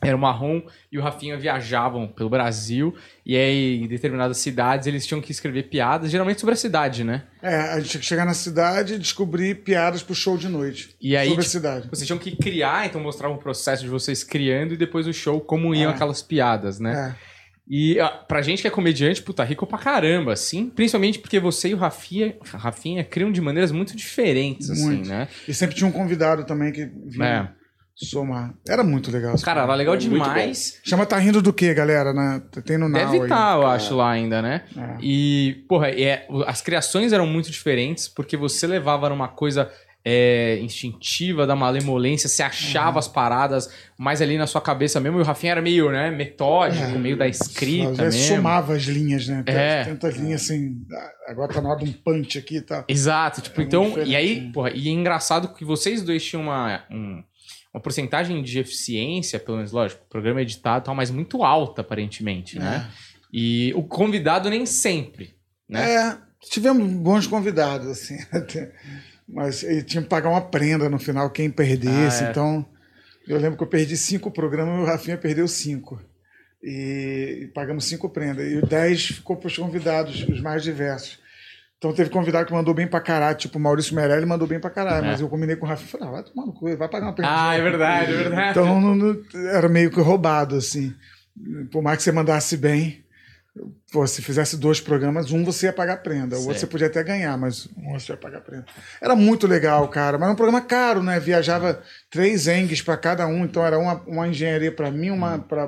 era o Marrom e o Rafinha viajavam pelo Brasil e aí em determinadas cidades eles tinham que escrever piadas, geralmente sobre a cidade, né? É, a gente tinha que chegar na cidade e descobrir piadas pro show de noite. E aí, sobre tipo, a cidade. Vocês tinham que criar, então mostrava o processo de vocês criando e depois o show, como iam É. aquelas piadas, né? É. E ó, pra gente que é comediante, puta, rico pra caramba, assim. Principalmente porque você e o Rafinha, Rafinha criam de maneiras muito diferentes, assim, Muito. né? E sempre tinha um convidado também que vinha É. somar. Era muito legal. esse Cara, era programa. legal É muito demais. Chama Tá Rindo do Quê, galera? Na, tem no Now Deve aí. estar, eu acho, lá ainda, né? É. E, porra, é, o- as criações eram muito diferentes, porque você levava numa coisa é, instintiva, da malemolência, você achava as paradas mais ali na sua cabeça mesmo, e o Rafinha era meio, né, metódico, É. meio da escrita Às vezes mesmo. somava as linhas, né? É. Tenta linha assim, ah, agora tá na hora de um punch aqui e tal. Exato, tipo, É muito então, diferente, e aí, né? porra, e é engraçado que vocês dois tinham uma, um- uma porcentagem de eficiência, pelo menos, lógico, o programa é editado e tal, mas muito alta, aparentemente, né? E o convidado nem sempre, né? É, tivemos bons convidados, assim, até. Mas ele tinha que pagar uma prenda no final, quem perdesse. Ah, é. Então, eu lembro que eu perdi cinco programas e o Rafinha perdeu cinco. E, e pagamos cinco prendas. E o dez ficou para os convidados, os mais diversos. Então teve convidado que mandou bem pra caralho, tipo o Maurício Meirelli mandou bem pra caralho, É. mas eu combinei com o Rafinha e falei, ah, vai tomar no cu, vai pagar uma prenda. Ah, é verdade, é verdade. Então não- não- era meio que roubado, assim. Por mais que você mandasse bem, pô, se fizesse dois programas, um você ia pagar prenda, o outro Certo. você podia até ganhar, mas um você ia pagar prenda. Era muito legal, cara, mas era um programa caro, né? Viajava três engues para cada um, então era uma, uma engenharia para mim, uma para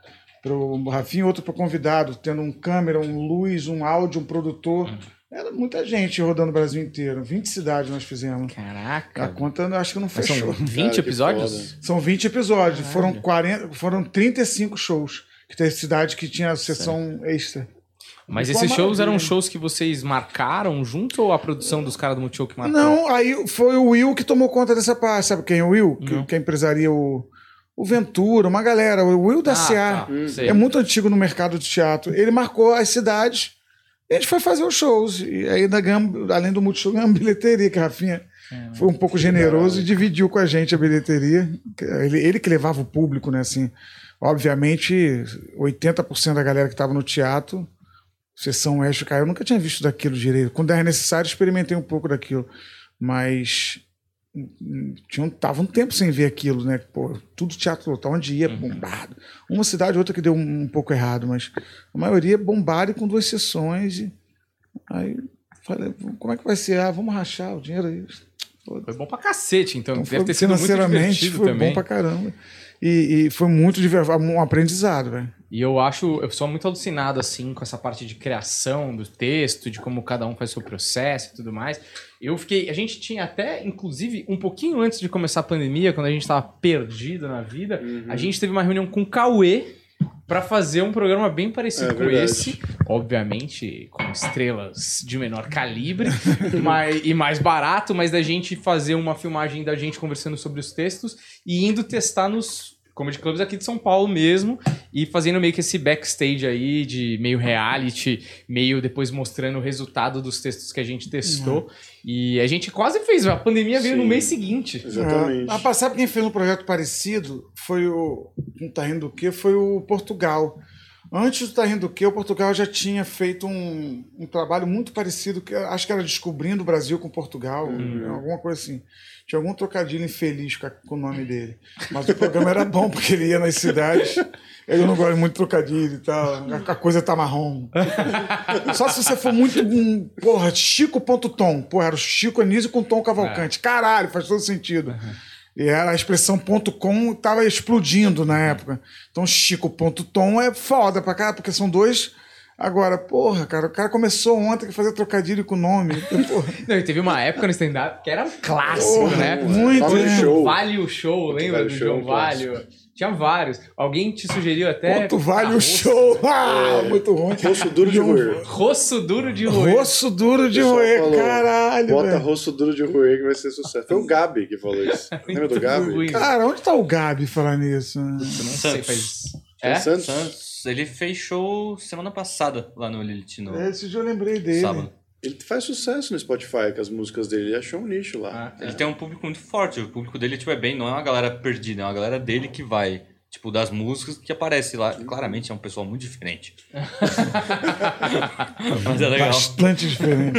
o Rafinha, outra para o convidado, tendo um câmera, um luz, um áudio, um produtor. Era muita gente rodando o Brasil inteiro. vinte cidades nós fizemos. A Caraca. conta eu acho que não Mas são fechou. vinte Cara, que episódios? foda. São vinte episódios, Caralho. foram, quarenta, foram trinta e cinco shows. Que teve cidade que tinha sessão extra. Mas Foi uma esses shows eram maravilha. shows que vocês marcaram junto ou a produção dos caras do Multishow que marcou? Não, aí foi o Will que tomou conta dessa parte. Sabe quem é o Will? Que, Não. que empresaria o, o Ventura, uma galera. O Will da Ah, C A. tá, sei. É muito antigo no mercado de teatro. Ele marcou as cidades e a gente foi fazer os shows. E aí, ainda ganhamos, além do Multishow, ganhamos bilheteria, que a Rafinha foi um pouco generoso e dividiu com a gente a bilheteria. Ele, ele que levava o público, né? Assim, obviamente, oitenta por cento da galera que estava no teatro, sessão extra, cara, eu nunca tinha visto daquilo direito. Quando era necessário, experimentei um pouco daquilo. Mas hum, tinha um, tava um tempo sem ver aquilo, né? Pô, tudo teatro local, onde ia, bombado. Uma cidade, outra que deu um, um pouco errado, mas a maioria bombado e com duas sessões. E aí falei, como é que vai ser? Ah, vamos rachar o dinheiro aí. Foi bom pra cacete, então. Então, Deve foi- ter sido muito financeiramente divertido foi também. bom pra caramba. E, e foi muito divertido, um aprendizado, velho. E eu acho, eu sou muito alucinado, assim, com essa parte de criação do texto, de como cada um faz seu processo e tudo mais. Eu fiquei, a gente tinha até, inclusive, um pouquinho antes de começar a pandemia, quando a gente tava perdido na vida, a gente teve uma reunião com o Cauê pra fazer um programa bem parecido É com verdade. esse. Obviamente, com estrelas de menor calibre mas, e mais barato, mas da gente fazer uma filmagem da gente conversando sobre os textos e indo testar nos comedy clubs aqui de São Paulo mesmo e fazendo meio que esse backstage aí de meio reality, meio depois mostrando o resultado dos textos que a gente testou. E a gente quase fez, a pandemia veio no Sim. mês seguinte. Exatamente. Ah, ah, sabe quem fez um projeto parecido? Foi o. Não tá rindo do quê? Foi o Portugal. Antes do Tá Rindo do Quê, o Portugal já tinha feito um, um trabalho muito parecido, que eu acho que era Descobrindo o Brasil com Portugal, alguma coisa assim. Tinha algum trocadilho infeliz com, a- com o nome dele. Mas o programa era bom, porque ele ia nas cidades. Eu não gosto muito de trocadilho e tal. A, a coisa tá marrom. Só se você for muito. Um, porra, Chico.tom. Porra, era o Chico Anísio com Tom Cavalcante. Caralho, faz todo sentido. E era a expressão ponto .com tava explodindo na época. Então, Chico.tom é foda pra cá, porque são dois. Agora, porra, cara, o cara começou ontem a fazer trocadilho com o nome. Porra, Não, e teve uma época no stand-up que era um clássico, Porra, né? muito, Nome né? do show. Vale o show, lembra Vale do o Show, João um clássico. Valho? Tinha vários. Alguém te sugeriu até... Quanto vale o arroz. show? Ah, muito ruim. Rosto duro de roer. Rosto duro de roer. Rosto duro de O pessoal roer, falou, caralho. Bota velho. rosto duro de roer que vai ser sucesso. Foi o Gabi que falou isso. Lembra do Gabi? ruim. Cara, onde tá o Gabi falar nisso? Eu não sei, Santos. faz... É É? Santos? Santos, ele fez show semana passada lá no Lilith, no Esse dia eu lembrei dele. sábado. Ele faz sucesso no Spotify com as músicas dele. Ele achou um nicho lá. Ah, Ele tem um público muito forte, o público dele tipo, é bem, não é uma galera perdida, é uma galera dele que vai. Tipo, das músicas que aparece lá. Claramente é um pessoal muito diferente. Mas é legal. Bastante diferente.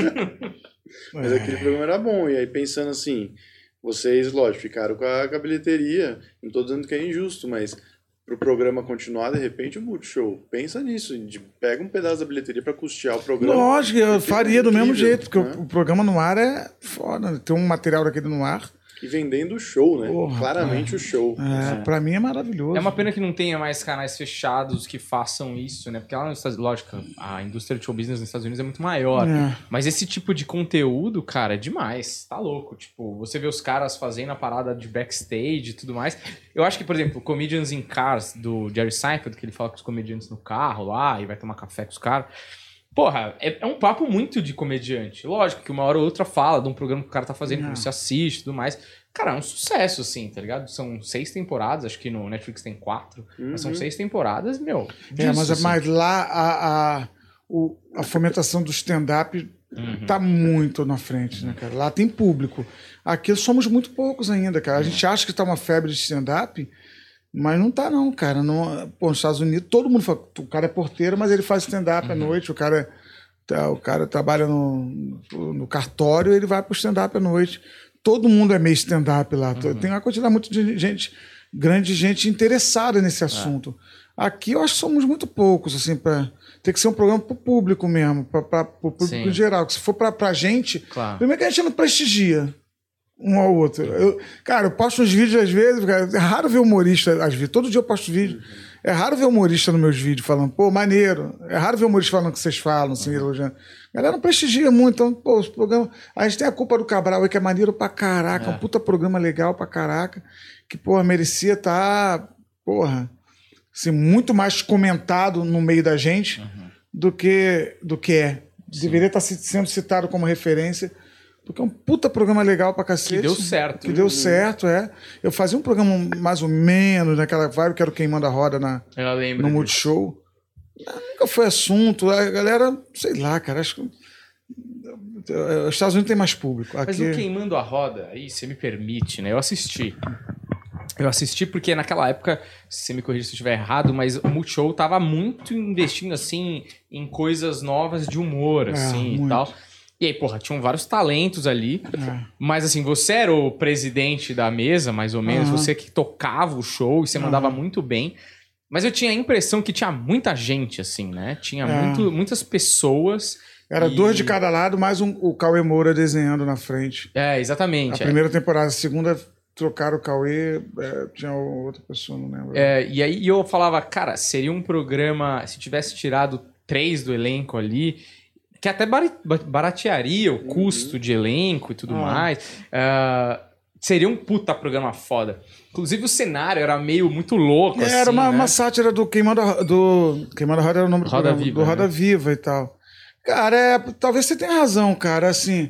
Mas aquele programa era bom. E aí, pensando assim, vocês, lógico, ficaram com a, com a bilheteria. Não tô dizendo que é injusto, mas pro programa continuar, de repente, o Multishow. Pensa nisso. De, pega um pedaço da bilheteria pra custear o programa. Lógico, eu faria do mesmo jeito, porque né? o, o programa no ar é foda. Tem um material daquele no ar. E vendendo o show, né? Porra, Claramente é. o show. É, pra mim é maravilhoso. É uma pena que não tenha mais canais fechados que façam isso, né? Porque lá nos Estados Unidos, lógico, a indústria de show business nos Estados Unidos é muito maior. É. Mas esse tipo de conteúdo, cara, é demais. Tá louco. Tipo, você vê os caras fazendo a parada de backstage e tudo mais. Eu acho que, por exemplo, Comedians in Cars, do Jerry Seinfeld, que ele fala com os comediantes no carro lá e vai tomar café com os caras. Porra, é, é um papo muito de comediante. Lógico que uma hora ou outra fala de um programa que o cara tá fazendo, Não. que você assiste e tudo mais. Cara, é um sucesso, assim, tá ligado? São seis temporadas, acho que no Netflix tem quatro. Uhum. Mas são seis temporadas, meu. É, disso, mas, assim. mas lá a, a, o, a fomentação do stand-up Uhum. tá muito na frente, né, cara? Lá tem público. Aqui somos muito poucos ainda, cara. A gente acha que tá uma febre de stand-up, mas não tá, não, cara. Não, pô, nos Estados Unidos, todo mundo fala, o cara é porteiro, mas ele faz stand-up à noite, o cara, tá, o cara trabalha no, no cartório, ele vai pro stand-up à noite. Todo mundo é meio stand-up lá. Uhum. Tem uma quantidade muito de gente, grande gente interessada nesse assunto. É. Aqui eu acho que somos muito poucos, assim, para tem que ser um programa pro público mesmo, para o público Sim. em geral. Que se for pra, pra gente, Claro. primeiro que a gente não prestigia um ao outro. Eu, cara, eu posto uns vídeos às vezes, cara, é raro ver humorista, às vezes, todo dia eu posto vídeo. Uhum. É raro ver humorista nos meus vídeos falando, pô, maneiro. É raro ver humorista falando o que vocês falam, assim, uhum. elogiando. A galera não prestigia muito, então, pô, os programas. A gente tem a culpa do Cabral aí, que é maneiro pra caraca, é. um puta programa legal pra caraca, que, porra, merecia estar, porra, assim, muito mais comentado no meio da gente uhum. do que, do que é. Sim. Deveria estar sendo citado como referência. Porque é um puta programa legal pra cacete. Que deu certo. Que deu uhum. certo, é. Eu fazia um programa mais ou menos naquela vibe, que era o Queimando a Roda na, no Multishow. Nunca foi assunto. A galera, sei lá, cara, acho que os Estados Unidos tem mais público. Mas Aqui... o Queimando a Roda, aí você me permite, né? Eu assisti. Eu assisti porque naquela época, se você me corrija se eu estiver errado, mas o Multishow tava muito investindo, assim, em coisas novas de humor, assim, é, e tal. E aí, porra, tinham vários talentos ali. É. Mas, assim, você era o presidente da mesa, mais ou menos. Uhum. Você que tocava o show e você uhum. mandava muito bem. Mas eu tinha a impressão que tinha muita gente, assim, né? Tinha é. muito, muitas pessoas. Era e... dois de cada lado, mais um, o Cauê Moura desenhando na frente. É, exatamente. A primeira é. temporada. A segunda, trocaram o Cauê, é, tinha outra pessoa, não lembro. É, e aí eu falava, cara, seria um programa... Se tivesse tirado três do elenco ali... que até baratearia o custo uhum. de elenco e tudo ah. mais. Uh, seria um puta programa foda. Inclusive o cenário era meio muito louco, é, assim, era uma, né? uma sátira do Queimando a, do Queimando a Roda, era o nome do Roda programa, Viva, do Roda né? Viva e tal. Cara, é, talvez você tenha razão, cara. Assim,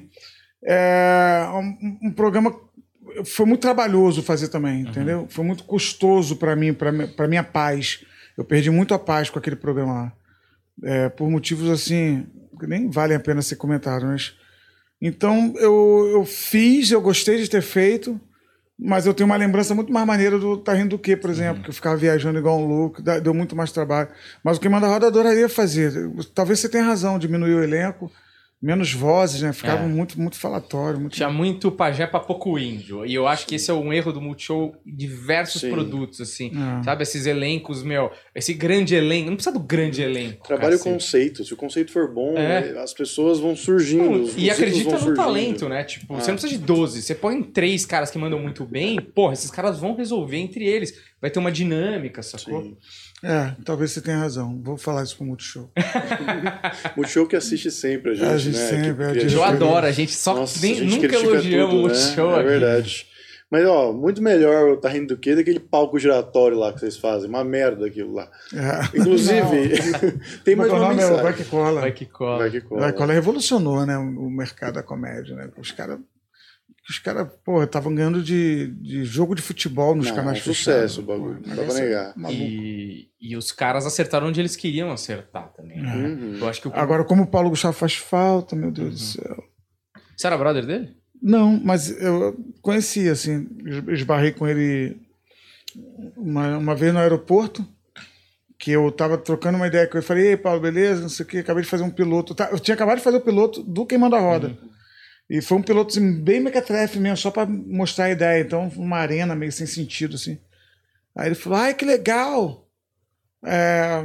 é, um, um programa foi muito trabalhoso fazer também, uhum. entendeu? Foi muito custoso para mim, para minha paz. Eu perdi muito a paz com aquele programa lá. É, por motivos assim... que nem valem a pena ser comentado, mas... Então, eu, eu fiz, eu gostei de ter feito, mas eu tenho uma lembrança muito mais maneira do Tá Rindo do Que, por exemplo, uhum. que eu ficava viajando igual um louco, deu muito mais trabalho. Mas o Queimando a Roda eu adoraria fazer. Talvez você tenha razão, diminuir o elenco, menos vozes, né? Ficava é. muito, muito falatório. Muito... Tinha muito pajé pra pouco índio. E eu acho que esse é um erro do Multishow em diversos Sim. produtos, assim. É. Sabe? Esses elencos, meu... Esse grande elenco... Não precisa do grande elenco. Trabalha o conceito. Se o conceito for bom, é. as pessoas vão surgindo. Não, os, e os acredita no surgindo. talento, né? Tipo, ah. você não precisa de doze. Você põe três caras que mandam muito bem, porra, esses caras vão resolver entre eles. Vai ter uma dinâmica, sacou? Sim. É, talvez você tenha razão. Vou falar isso pro Multishow. Multishow que assiste sempre a gente, a gente né? sempre, que, a gente eu adoro, a gente só Nossa, nem, a gente nunca elogiamos o Multishow né? aqui. É verdade. Mas, ó, muito melhor o Tá Rindo do Que daquele palco giratório lá que vocês fazem. Uma merda aquilo lá. É. Inclusive, tem mais uma mensagem. Vai que cola. Vai que cola. Vai que cola. Vai que cola revolucionou, né, o mercado da comédia, né? Os caras... Os caras, porra, estavam ganhando de, de jogo de futebol nos Não, canais fechados. Sucesso o bagulho, não dá pra negar. E, e os caras acertaram onde eles queriam acertar também. Né? Uhum. Eu acho que o... Agora, como o Paulo Gustavo faz falta, meu Deus uhum. do céu. Você era brother dele? Não, mas eu conhecia, assim, esbarrei com ele uma, uma vez no aeroporto, que eu tava trocando uma ideia com ele. Eu falei, ei, Paulo, beleza? Não sei o quê. Acabei de fazer um piloto. Eu tinha acabado de fazer o piloto do Queimando a Roda. Uhum. E foi um piloto assim, bem mequetrefe mesmo, só para mostrar a ideia. Então, uma arena meio sem sentido, assim. Aí ele falou, ai, que legal. É...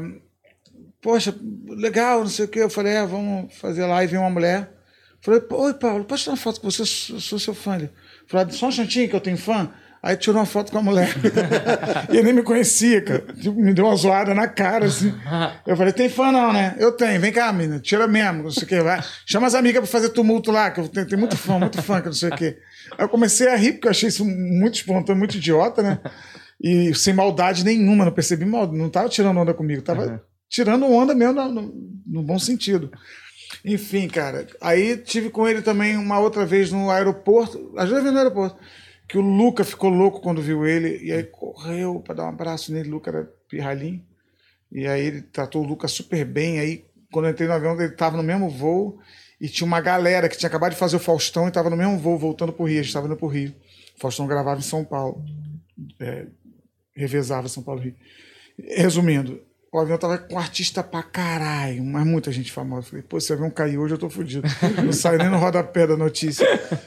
Poxa, legal, não sei o quê. Eu falei, é, vamos fazer lá. E veio uma mulher. Eu falei, oi, Paulo, posso tirar uma foto com você? Eu sou, sou seu fã. Ele falou, só um instantinho que eu tenho fã. Aí tirou uma foto com a mulher. E ele nem me conhecia, cara. Tipo, me deu uma zoada na cara, assim. Eu falei, tem fã não, né? Eu tenho. Vem cá, menina. Tira mesmo, não sei o quê. Vai. Chama as amigas pra fazer tumulto lá, que eu tenho, tem muito fã, muito fã, que não sei o quê. Aí eu comecei a rir, porque eu achei isso muito espontâneo, muito idiota, né? E sem maldade nenhuma, não percebi mal. Não tava tirando onda comigo, tava uhum. tirando onda mesmo no, no, no bom sentido. Enfim, cara. Aí tive com ele também uma outra vez no aeroporto. Às vezes no aeroporto. Que o Luca ficou louco quando viu ele, e aí correu para dar um abraço nele. O Luca era pirralhinho, e aí ele tratou o Luca super bem. Aí, quando eu entrei no avião, ele estava no mesmo voo, e tinha uma galera que tinha acabado de fazer o Faustão e estava no mesmo voo, voltando para o Rio. A gente estava indo para o Rio. O Faustão gravava em São Paulo, é, revezava São Paulo e Rio. Resumindo, o avião tava com artista pra caralho, mas muita gente famosa. Eu falei, pô, se o avião cair hoje, eu tô fudido. Não saio nem no rodapé da notícia.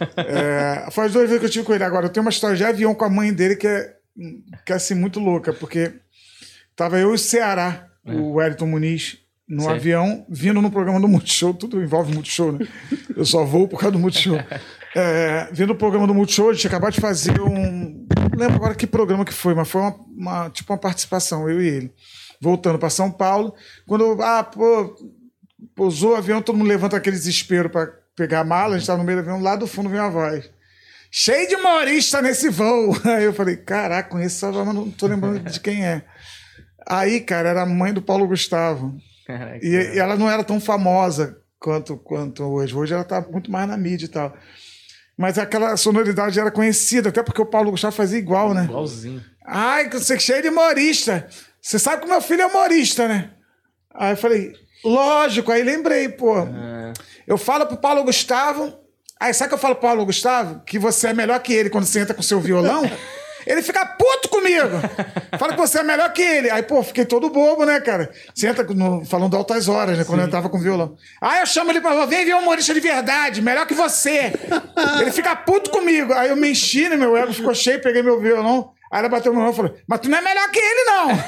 É, faz duas vezes que eu tive com ele. Agora, eu tenho uma história de avião com a mãe dele que é, que é assim, muito louca, porque tava eu e o Ceará, é. o Wellington Muniz, no Sim. avião, vindo no programa do Multishow. Tudo envolve Multishow, né? Eu só vou por causa do Multishow. É, vindo no programa do Multishow, a gente acabou de fazer um... Não lembro agora que programa que foi, mas foi uma, uma tipo uma participação, eu e ele. Voltando para São Paulo, quando ah, pô, pousou o avião, todo mundo levanta aquele desespero para pegar a mala, a gente estava no meio do avião, lá do fundo vem uma voz. Cheio de humorista nesse voo. Aí eu falei, caraca, conheço essa voz, mas não tô lembrando de quem é. Aí, cara, era a mãe do Paulo Gustavo. Caraca, e, e ela não era tão famosa quanto, quanto hoje. Hoje ela tá muito mais na mídia e tal. Mas aquela sonoridade era conhecida, até porque o Paulo Gustavo fazia igual, né? Igualzinho. Ai, você cheio de humorista. Você sabe que meu filho é humorista, né? Aí eu falei, lógico. Aí lembrei, pô. É. Eu falo pro Paulo Gustavo. Aí sabe que eu falo pro Paulo Gustavo? Que você é melhor que ele quando você entra com o seu violão. Ele fica puto comigo. Fala que você é melhor que ele. Aí, pô, fiquei todo bobo, né, cara? Você entra no, falando altas horas, né? Quando Sim. eu tava com violão. Aí eu chamo ele pra vem ver um humorista de verdade, melhor que você. Ele fica puto comigo. Aí eu me enchi, né? Meu ego ficou cheio, peguei meu violão. Aí ela bateu no meu mão e falou, mas tu não é melhor que ele,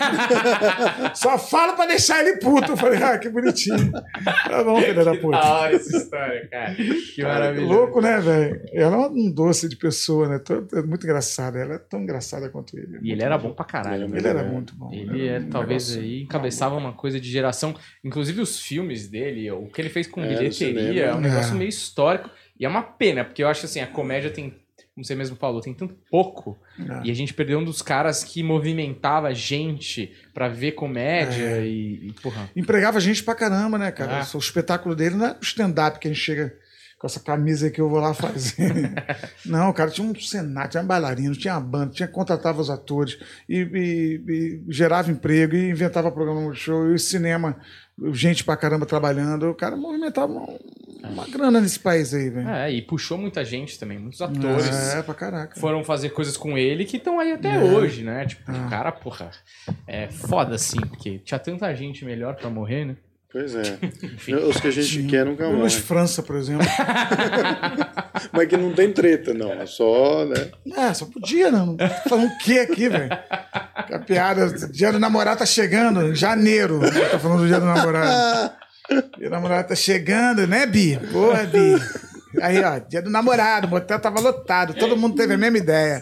não. Só fala pra deixar ele puto. Eu falei, ah, que bonitinho. Tá bom, filha da puta. Da hora essa história, cara. Que maravilha. Louco, né, velho? Ela é um doce de pessoa, né? É muito engraçada. Ela é tão engraçada quanto ele. É e ele era bom pra caralho. Ele, ele era muito bom. Ele é, talvez negócio, aí encabeçava uma coisa de geração. Inclusive os filmes dele, o que ele fez com é, bilheteria, é um negócio é. meio histórico. E é uma pena, porque eu acho assim, a comédia tem... Como você mesmo falou, tem tanto pouco. É. E a gente perdeu um dos caras que movimentava a gente pra ver comédia é. e, e, porra. Empregava gente pra caramba, né, cara? É. O espetáculo dele não é o stand-up que a gente chega com essa camisa que eu vou lá fazer. Não, cara, tinha um cenário, tinha bailarino, tinha banda, tinha contratava os atores e, e, e gerava emprego e inventava programa de show e cinema, gente pra caramba trabalhando. O cara movimentava uma, uma grana nesse país aí, velho. É, e puxou muita gente também, muitos atores. É, pra caraca. Foram fazer coisas com ele que estão aí até é. hoje, né? Tipo, o ah. cara, porra, é foda assim, porque tinha tanta gente melhor pra morrer, né? Pois é. Os que a gente Sim. quer nunca morrem. Luiz França, por exemplo. Mas que não tem treta, não. É só, né? É, só podia, não. Tô falando o que aqui, velho? A piada, dia do namorado tá chegando, em janeiro. Eu tô falando do dia do namorado. Dia do namorado tá chegando, né, Bi? Porra, Bi. Aí, ó, dia do namorado, o motel tava lotado, todo mundo teve a mesma ideia.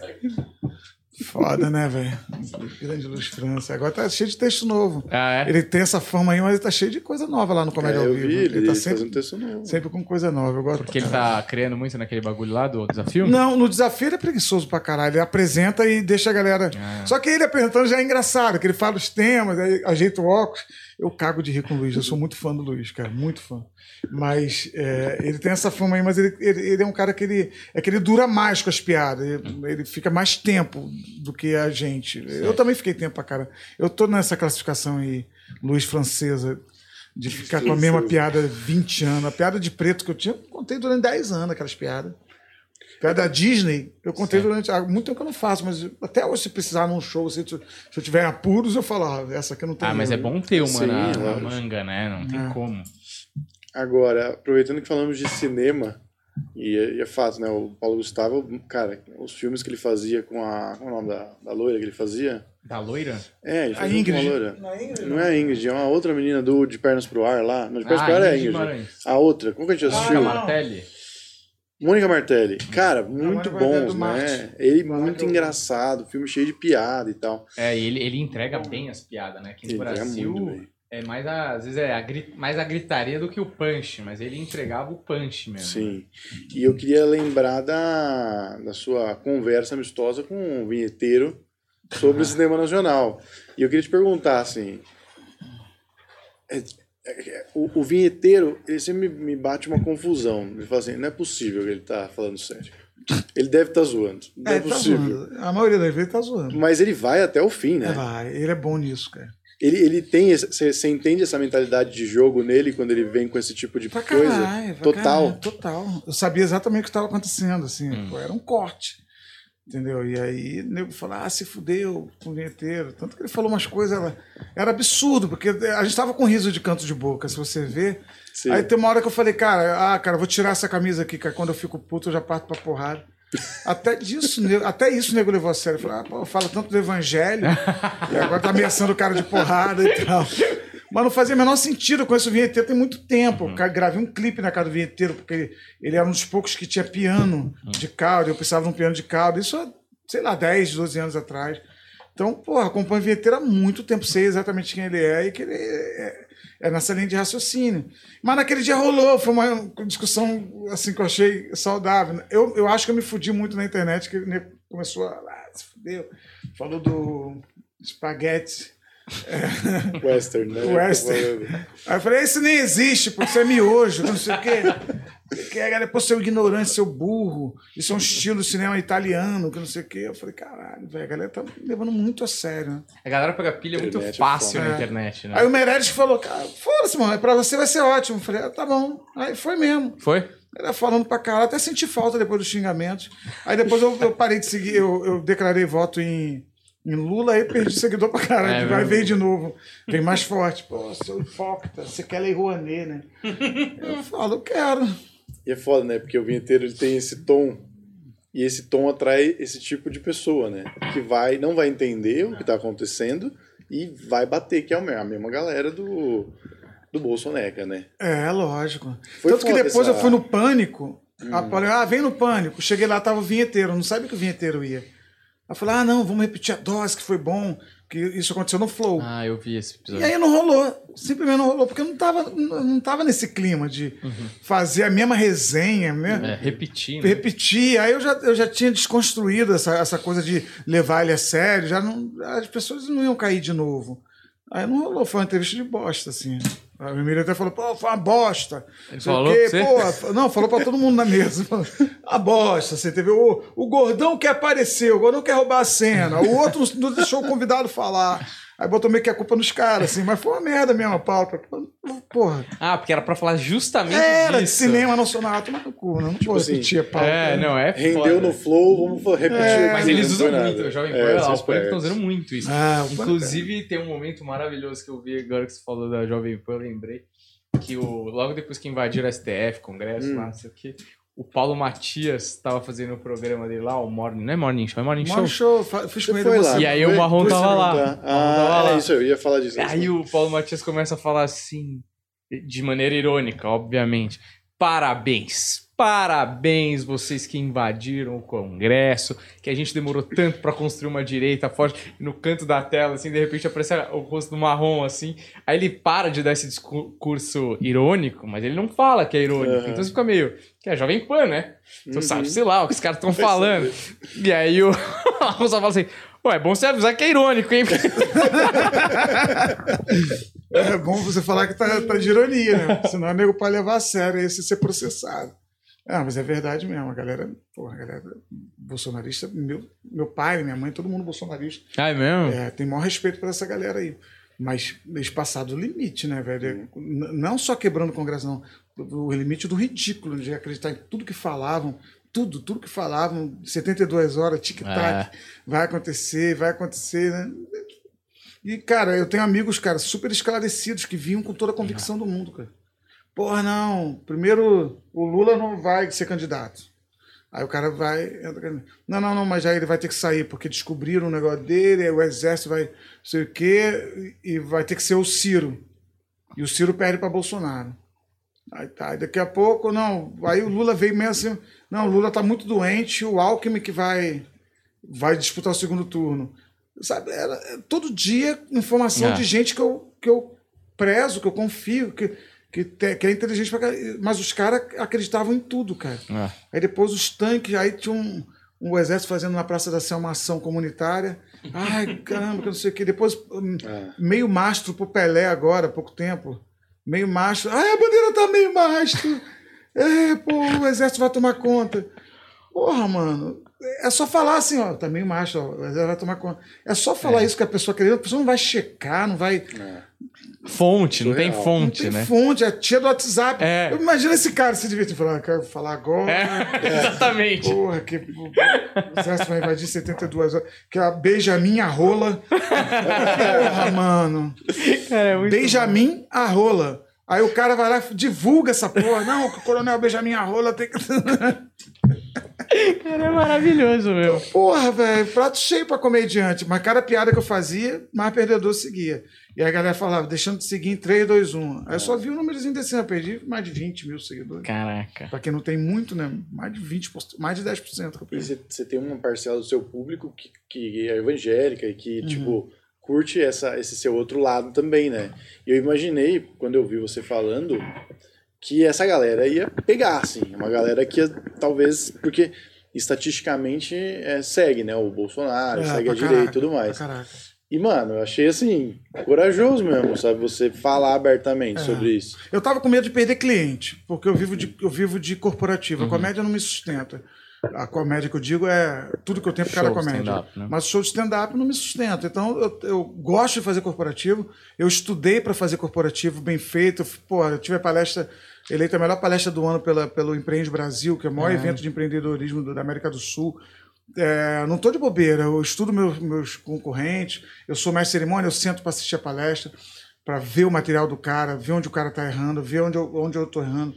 Foda, né, velho? Grande Luiz França. Agora tá cheio de texto novo. Ah, é? Ele tem essa fama aí, mas ele tá cheio de coisa nova lá no Comédia é, ao Vivo. Vi, ele, ele tá sempre sempre, texto novo. sempre com coisa nova. Eu gosto Porque ele tá criando muito naquele bagulho lá do desafio? Não, no desafio ele é preguiçoso pra caralho. Ele apresenta e deixa a galera... Ah. Só que ele apresentando já é engraçado, que ele fala os temas, aí ajeita o óculos. Eu cago de rir com o Luiz. Eu sou muito fã do Luiz, cara. Muito fã. Mas é, ele tem essa fama aí, mas ele, ele, ele é um cara que ele, é que ele dura mais com as piadas. Ele, ele fica mais tempo do que a gente. Certo. Eu também fiquei tempo pra cara. Eu tô nessa classificação aí, Luiz Francesa, de ficar com a mesma piada vinte anos. A piada de preto que eu tinha, eu contei durante dez anos aquelas piadas. Piada da Disney, eu contei Sim. durante... Há muito tempo que eu não faço, mas até hoje, se precisar num show, se eu, se eu tiver apuros, eu falo, ah, essa aqui não tem... Ah, mas eu. é bom ter uma Sim, na, na lógico. manga, né? Não tem É. como. Agora, aproveitando que falamos de cinema, e é, e é fato, né? O Paulo Gustavo, cara, os filmes que ele fazia com a... Qual é o nome da, da loira que ele fazia? Da loira? É, ele A fazia com Ingrid. uma loira. Não é Ingrid, Não é a Ingrid, é uma outra menina do De Pernas pro Ar lá. Não, De Pernas Ah, pro Ar é a Ingrid Ingrid. Guimarães. A outra, como que a gente Mônica assistiu? Martelli. Mônica Martelli. Cara, muito Mônica Martelli bons, do né? Marte. Ele Maravilhoso. muito engraçado, filme cheio de piada e tal. É, e ele, ele entrega bem as piadas, né? Aqui no Ele entrega Brasil, muito bem. é mais a, às vezes é a gri- mais a gritaria do que o punch, mas ele entregava o punch mesmo. Sim. E eu queria lembrar da, da sua conversa amistosa com o vinheteiro sobre o cinema nacional. E eu queria te perguntar, assim... é- é- o, o vinheteiro, ele sempre me, me bate uma confusão. Ele fala assim, não é possível que ele tá falando sério. Ele deve estar zoando. Não é, É, tá possível. zoando. A maioria das vezes tá zoando. Mas ele vai até o fim, né? É, vai. Ele é bom nisso, cara. Ele, ele tem. Você entende essa mentalidade de jogo nele quando ele vem com esse tipo de Pra coisa? caralho, pra Total. caralho, total. Eu sabia exatamente o que estava acontecendo, assim. Hum. Pô, era um corte. Entendeu? E aí o nego falou, ah, se fudeu com o vinheteiro. Tanto que ele falou umas coisas, era, era absurdo, porque a gente tava com riso de canto de boca, se você ver. Sim. Aí tem uma hora que eu falei, cara, ah, cara, vou tirar essa camisa aqui, que quando eu fico puto eu já parto pra porrada. Até disso, nego- até isso o nego levou a sério. Falei, ah, pô, fala tanto do evangelho, e agora tá ameaçando o cara de porrada e tal. Mas não fazia o menor sentido. Eu conheço o vinheteiro tem muito tempo. Eu gravei um clipe na casa do vinheteiro, porque ele, ele era um dos poucos que tinha piano de cauda. Eu precisava de um piano de cauda. Isso há, sei lá, dez, doze anos atrás. Então, porra, acompanho o vinheteiro há muito tempo. Sei exatamente quem ele é e que ele é, é nessa linha de raciocínio. Mas naquele dia rolou. Foi uma discussão assim, que eu achei saudável. Eu, eu acho que eu me fudi muito na internet, que ele começou a... Ah, se fudeu. Falou do espaguete. Western, né? Western. Aí eu falei, isso nem existe, porque isso é miojo, não sei o quê. Que é, depois seu ignorante, seu burro. Isso é um estilo de cinema italiano, que não sei o quê. Eu falei, caralho, velho, a galera tá me levando muito a sério, né? A galera pega pilha muito Internet é fácil foda. na É. internet, né? Aí o Meirelles falou, cara, foda-se, mano, pra você vai ser ótimo. Eu falei, ah, tá bom. Aí foi mesmo. Foi? Era falando pra caralho, até senti falta depois dos xingamentos. Aí depois eu, eu parei de seguir, eu, eu declarei voto em, em Lula, aí perdi seguidor pra caralho. É Vai mesmo? ver de novo. Vem mais forte. Pô, seu hipócrita, você quer Lei Rouanet, né? Eu falo, eu quero. E é foda, né? Porque o vinheteiro ele tem esse tom. E esse tom atrai esse tipo de pessoa, né? Que vai, não vai entender o que tá acontecendo e vai bater, que é a mesma galera do, do Bolsoneca, né? É, lógico. Foi Tanto que foda depois essa- eu fui no Pânico. A falei, ah, vem no Pânico. Cheguei lá, tava o vinheteiro. Não sabia que o vinheteiro ia. Aí eu falei, ah, não, vamos repetir a dose, que foi bom. Que isso aconteceu no Flow. Ah, eu vi esse E episódio. aí não rolou. Simplesmente não rolou, porque eu não tava, não tava nesse clima de fazer a mesma resenha, mesmo. É, repetir, né? Repetir. Aí eu já, eu já tinha desconstruído essa, essa coisa de levar ele a sério. Já não, as pessoas não iam cair de novo. Aí não rolou, foi uma entrevista de bosta, assim. A Emília até falou, pô, foi uma bosta. Ele Não sei falou o quê, pra você? pô, não, falou pra todo mundo na mesa. Falou, a bosta, você teve. O, o gordão quer aparecer, o gordão quer roubar a cena, o outro não deixou o convidado falar. Aí botou meio que a culpa nos caras, assim, mas foi uma merda mesmo a pauta. Porra. Ah, porque era pra falar justamente Era de disso. cinema nacional, toma no cu, não, não vou assim, repetir a pauta. É, não, é Rendeu foda. no flow, vamos repetir É, aqui. Mas eles não usam foi muito, nada. o Jovem Pan, É, lá, são o Pânico estão espertos. usando muito isso. Ah, o Pânico, Inclusive, tem um momento maravilhoso que eu vi agora que você falou da Jovem Pan, eu lembrei que o, logo depois que invadiram o S T F, Congresso, Hum. lá, não sei o quê, o Paulo Matias estava fazendo o programa dele lá, o Morning, não é Morning Show, é Morning Morning Show. show, fa- fiz com Você ele foi você. lá. E aí não o foi? Marrom Foi tava você lá. não tá? O Marrom tava Ah, lá. é isso, eu ia falar disso. Aí o Paulo Matias começa a falar assim, de maneira irônica, obviamente. Parabéns, parabéns vocês que invadiram o Congresso, que a gente demorou tanto pra construir uma direita forte. E no canto da tela, assim, de repente aparece o rosto do Marrom, assim. Aí ele para de dar esse discurso irônico, mas ele não fala que é irônico. Uhum. Então você fica meio, que é Jovem Pan, né? Então Uhum. sabe, sei lá, o que os caras estão falando. E aí o Marrom só fala assim, ué, é bom você avisar que é irônico, hein? É bom você falar que tá, tá de ironia, né? Senão o nego pode levar a sério e esse ser processado. Ah, mas é verdade mesmo. A galera, porra, a galera bolsonarista, meu, meu pai, minha mãe, todo mundo bolsonarista. Ah, é mesmo? É, tem maior respeito por essa galera aí. Mas eles passaram do limite, né, velho? N- Não só quebrando o Congresso, não. O limite do ridículo, de acreditar em tudo que falavam. tudo, tudo que falavam, setenta e duas horas, tic-tac, é. vai acontecer, vai acontecer, né? E, cara, eu tenho amigos, cara, super esclarecidos que vinham com toda a convicção do mundo, cara. Porra, não, primeiro o Lula não vai ser candidato. Aí o cara vai... Não, não, não, mas aí ele vai ter que sair, porque descobriram o negócio dele, aí o exército vai não sei o quê, e vai ter que ser o Ciro. E o Ciro perde para Bolsonaro. Aí tá, daqui a pouco, não, aí o Lula veio mesmo assim, não, o Lula tá muito doente, o Alckmin que vai, vai disputar o segundo turno. Sabe, era todo dia informação é. de gente que eu, que eu prezo, que eu confio, que, que, te, que é inteligente pra caralho. Mas os caras acreditavam em tudo, cara. É. Aí depois os tanques, aí tinha um, um exército fazendo na Praça da Sé uma ação comunitária. Ai, caramba, que não sei o que. Depois, é. meio mastro pro Pelé agora, há pouco tempo. Meio mastro. Ai, a bandeira tá meio mastro. É, pô, o exército vai tomar conta. Porra, mano. É só falar assim, ó, tá meio macho, ó, vai tomar conta. É só falar é. isso que a pessoa quer, a pessoa não vai checar, não vai... É. Fonte, não tem fonte, não tem né? fonte, é tia do WhatsApp. É. Imagina esse cara se divertir, falar, quero falar agora. É. Exatamente. Porra, que o exército vai invadir setenta e duas horas, que é a Benjamin a rola. Porra, mano. Cara, é muito Benjamin bom. a rola. Aí o cara vai lá e divulga essa porra. Não, o coronel Benjamin a rola tem que... Cara, é maravilhoso, meu. Porra, velho, prato cheio pra comediante. Mas cada piada que eu fazia, mais perdedor seguia. E aí a galera falava, deixando de seguir em três, dois, um. Aí eu só vi o númerozinho descendo, eu perdi mais de vinte mil seguidores. Caraca. Pra quem não tem muito, né? Mais de vinte por cento, mais de dez por cento que eu perdi. E você tem uma parcela do seu público que, que é evangélica e que, uhum. tipo, curte essa, esse seu outro lado também, né? E eu imaginei, quando eu vi você falando... que essa galera ia pegar, assim, uma galera que ia, talvez, porque estatisticamente é, segue, né, o Bolsonaro, é, segue a caraca, direita e tudo mais. E, mano, eu achei, assim, corajoso mesmo, sabe, você falar abertamente é. sobre isso. Eu tava com medo de perder cliente, porque eu vivo de, eu vivo de corporativo, uhum. a comédia não me sustenta. A comédia que eu digo é tudo que eu tenho por cada comédia. Né? Mas o show de stand-up não me sustenta. Então, eu, eu gosto de fazer corporativo. Eu estudei para fazer corporativo bem feito. Pô, eu tive a palestra, eleita a melhor palestra do ano pela, pelo Empreende Brasil, que é o maior é. evento de empreendedorismo do, da América do Sul. É, não estou de bobeira. Eu estudo meu, meus concorrentes. Eu sou mestre de cerimônia, eu sento para assistir a palestra, para ver o material do cara, ver onde o cara está errando, ver onde eu onde eu estou errando.